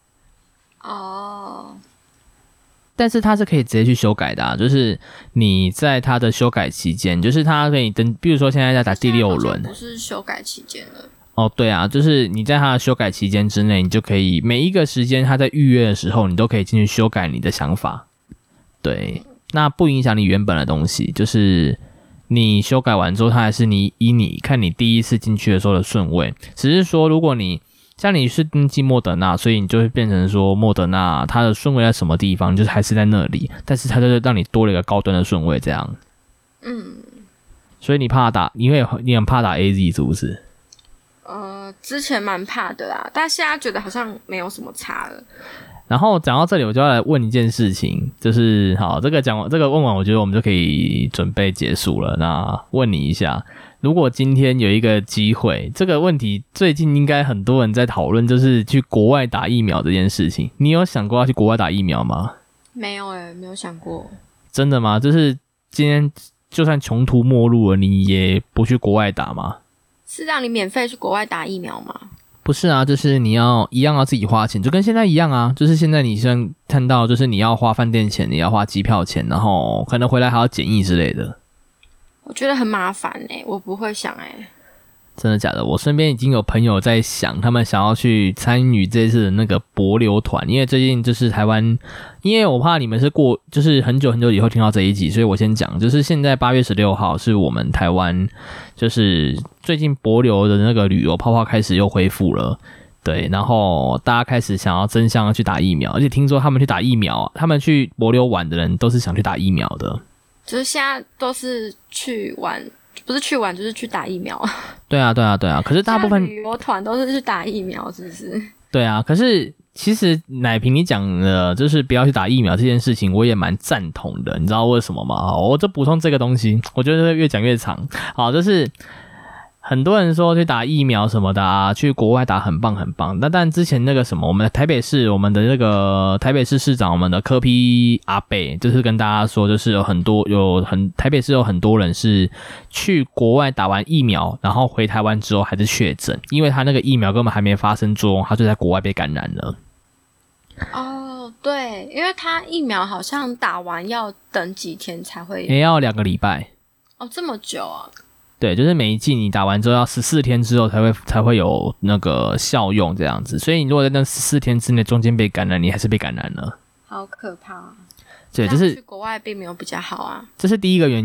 Speaker 1: 哦，
Speaker 2: 但是它是可以直接去修改的啊，就是你在它的修改期间，就是它可以登，比如说现在在打第六轮，
Speaker 1: 不是修改期间了。
Speaker 2: 哦，对啊，就是你在它的修改期间之内，你就可以每一个时间它在预约的时候，你都可以进去修改你的想法。对，那不影响你原本的东西，就是你修改完之后，它还是你以你看你第一次进去的时候的顺位，只是说如果你像你是登记莫德纳，所以你就会变成说莫德纳它的顺位在什么地方，就是还是在那里，但是它就是让你多了一个高端的顺位这样。嗯，所以你怕打，你会你很怕打 A Z 是不是？
Speaker 1: 呃，之前蛮怕的啦，但现在觉得好像没有什么差了。
Speaker 2: 然后讲到这里，我就要来问一件事情，就是好，这个讲完，这个问完，我觉得我们就可以准备结束了。那问你一下，如果今天有一个机会，这个问题最近应该很多人在讨论，就是去国外打疫苗这件事情。你有想过要去国外打疫苗吗？
Speaker 1: 没有诶、欸，没有想过。
Speaker 2: 真的吗？就是今天就算穷途末路了，你也不去国外打吗？
Speaker 1: 是让你免费去国外打疫苗吗？
Speaker 2: 不是啊，就是你要一样要自己花钱，就跟现在一样啊。就是现在你现在看到，就是你要花饭店钱，你要花机票钱，然后可能回来还要检疫之类的。
Speaker 1: 我觉得很麻烦欸，我不会想欸。
Speaker 2: 真的假的？我身边已经有朋友在想，他们想要去参与这次的那个帛琉团，因为最近就是台湾，因为我怕你们是过就是很久很久以后听到这一集，所以我先讲，就是现在八月十六号是我们台湾，就是最近帛琉的那个旅游泡泡开始又恢复了。对，然后大家开始想要争相要去打疫苗，而且听说他们去打疫苗，他们去帛琉玩的人都是想去打疫苗的。
Speaker 1: 就是现在都是去玩。不是去玩就是去打疫苗。
Speaker 2: 对啊对啊对啊，可是大部分
Speaker 1: 旅游团都是去打疫苗，是不是？
Speaker 2: 对啊，可是其实奶瓶你讲的就是不要去打疫苗这件事情，我也蛮赞同的，你知道为什么吗？好，我就补充这个东西，我觉得越讲越长。好，就是很多人说去打疫苗什么的啊，去国外打很棒很棒。那但之前那个什么，我们的台北市，我们的那个台北市市长，我们的柯 P 阿伯，就是跟大家说，就是有很多有很台北市有很多人是去国外打完疫苗，然后回台湾之后还是确诊，因为他那个疫苗根本还没发生作用，他就在国外被感染了。
Speaker 1: 哦，对，因为他疫苗好像打完要等几天才会，
Speaker 2: 也要两个礼拜。
Speaker 1: 哦，这么久啊？
Speaker 2: 对，就是每一剂你打完之后要十四天之后才会才会有那个效用这样子，所以你如果在那十四天之内中间被感染，你还是被感染了，
Speaker 1: 好可怕啊！
Speaker 2: 对，这是
Speaker 1: 去国外并没有比较好啊，
Speaker 2: 这是第一个原因。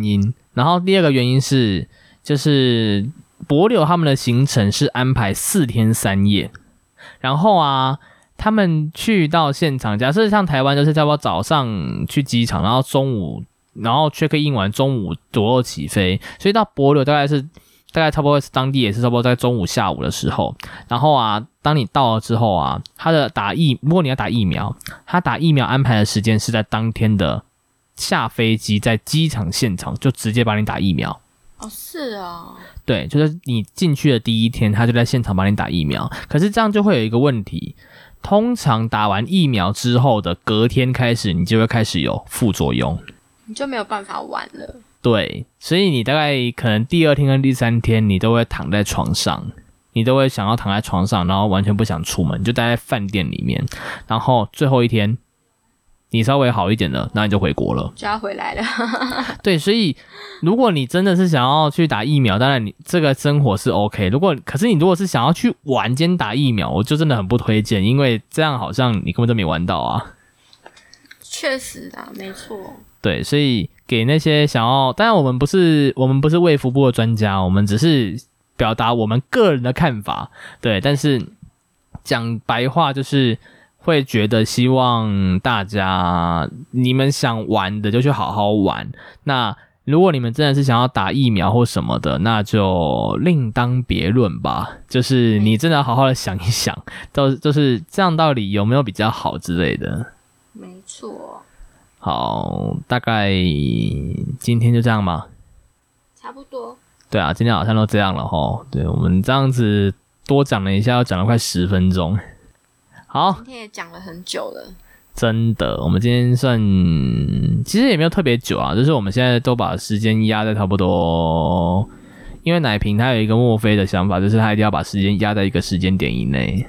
Speaker 2: 然后第二个原因是，就是帛琉他们的行程是安排四天三夜，然后啊，他们去到现场，假设像台湾就是差不多早上去机场，然后中午，然后 check in 完，中午左右起飞，所以到帛琉大概是大概差不多是当地也是差不多在中午下午的时候，然后啊，当你到了之后啊，他的打疫，如果你要打疫苗，他打疫苗安排的时间是在当天的下飞机，在机场现场就直接帮你打疫苗。
Speaker 1: 哦，是哦。
Speaker 2: 对，就是你进去的第一天，他就在现场帮你打疫苗。可是这样就会有一个问题，通常打完疫苗之后的隔天开始，你就会开始有副作用，
Speaker 1: 你就没有办法玩了。
Speaker 2: 对，所以你大概可能第二天跟第三天，你都会躺在床上，你都会想要躺在床上，然后完全不想出门，你就待在饭店里面。然后最后一天，你稍微好一点了，那你就回国了，
Speaker 1: 就要回来了。
Speaker 2: 对，所以如果你真的是想要去打疫苗，当然你这个生活是 OK。如果可是你如果是想要去玩兼打疫苗，我就真的很不推荐，因为这样好像你根本就没玩到啊。
Speaker 1: 确实啊，没错。
Speaker 2: 对，所以给那些想要，当然我们不是我们不是卫福部的专家，我们只是表达我们个人的看法。对，但是讲白话就是会觉得希望大家你们想玩的就去好好玩。那如果你们真的是想要打疫苗或什么的，那就另当别论吧。就是你真的要好好的想一想，都就是这样到底有没有比较好之类的。
Speaker 1: 没错。
Speaker 2: 好，大概今天就这样吧。
Speaker 1: 差不多。
Speaker 2: 对啊，今天好像都这样了齁。对，我们这样子多讲了一下，要讲了快十分钟。好，
Speaker 1: 今天也讲了很久了。
Speaker 2: 真的，我们今天算其实也没有特别久啊，就是我们现在都把时间压在差不多，因为奶瓶他有一个墨菲的想法，就是他一定要把时间压在一个时间点以内。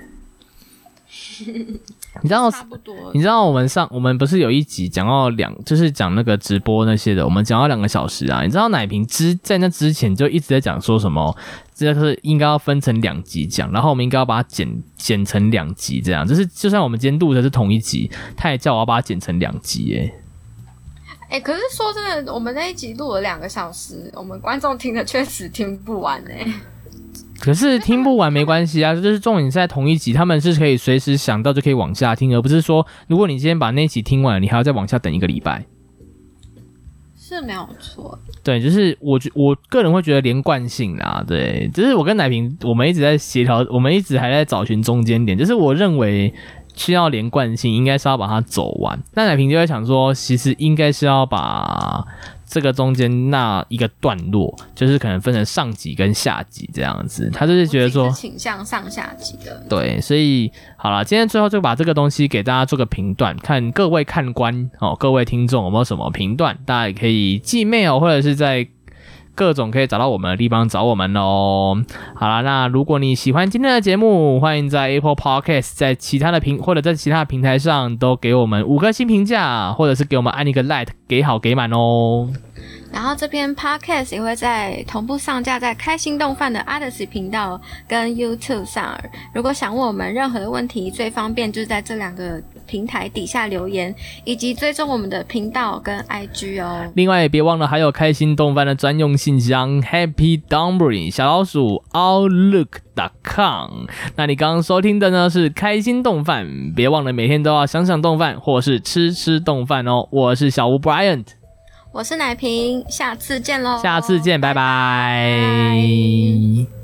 Speaker 2: 你知道，
Speaker 1: 差不多。
Speaker 2: 你知道我们上我们不是有一集讲到两，就是讲那个直播那些的，我们讲到两个小时啊。你知道奶瓶之在那之前就一直在讲说什么，这是应该要分成两集讲，然后我们应该要把它剪剪成两集这样。就是就算我们今天录的是同一集，他也叫我要把它剪成两集耶。
Speaker 1: 哎、欸，可是说真的，我们那一集录了两个小时，我们观众听的确实听不完哎、欸。
Speaker 2: 可是听不完没关系啊，就是重点是在同一集，他们是可以随时想到就可以往下听，而不是说如果你今天把那一集听完了，你还要再往下等一个礼拜。
Speaker 1: 是没有错。
Speaker 2: 对，就是我我个人会觉得连贯性啊，对，就是我跟奶瓶我们一直在协调，我们一直还在找寻中间点，就是我认为需要连贯性，应该是要把它走完。那奶瓶就会想说，其实应该是要把这个中间那一个段落，就是可能分成上集跟下集这样子。他就是觉得说，
Speaker 1: 是倾向上下集的。
Speaker 2: 对，所以好啦，今天最后就把这个东西给大家做个评断，看各位看官哦，各位听众有没有什么评断，大家也可以寄 mail 或者是在各种可以找到我们的地方找我们哦。好啦，那如果你喜欢今天的节目，欢迎在 Apple Podcast 在其他的平或者在其他的平台上都给我们五颗星评价，或者是给我们按一个 like 给好给满哦。
Speaker 1: 然后这篇 podcast 也会在同步上架在开心动饭的 Odyssey 频道跟 YouTube 上。如果想问我们任何的问题，最方便就是在这两个平台底下留言，以及追踪我们的频道跟 I G 哦。
Speaker 2: 另外也别忘了还有开心动饭的专用信箱 Happy Dumpling 小老鼠 Outlook dot com。 那你刚刚收听的呢是开心动饭，别忘了每天都要想想动饭或是吃吃动饭哦。我是小吴 Bryant，
Speaker 1: 我是奶瓶，下次见咯。
Speaker 2: 下次见，拜拜。
Speaker 1: 拜拜。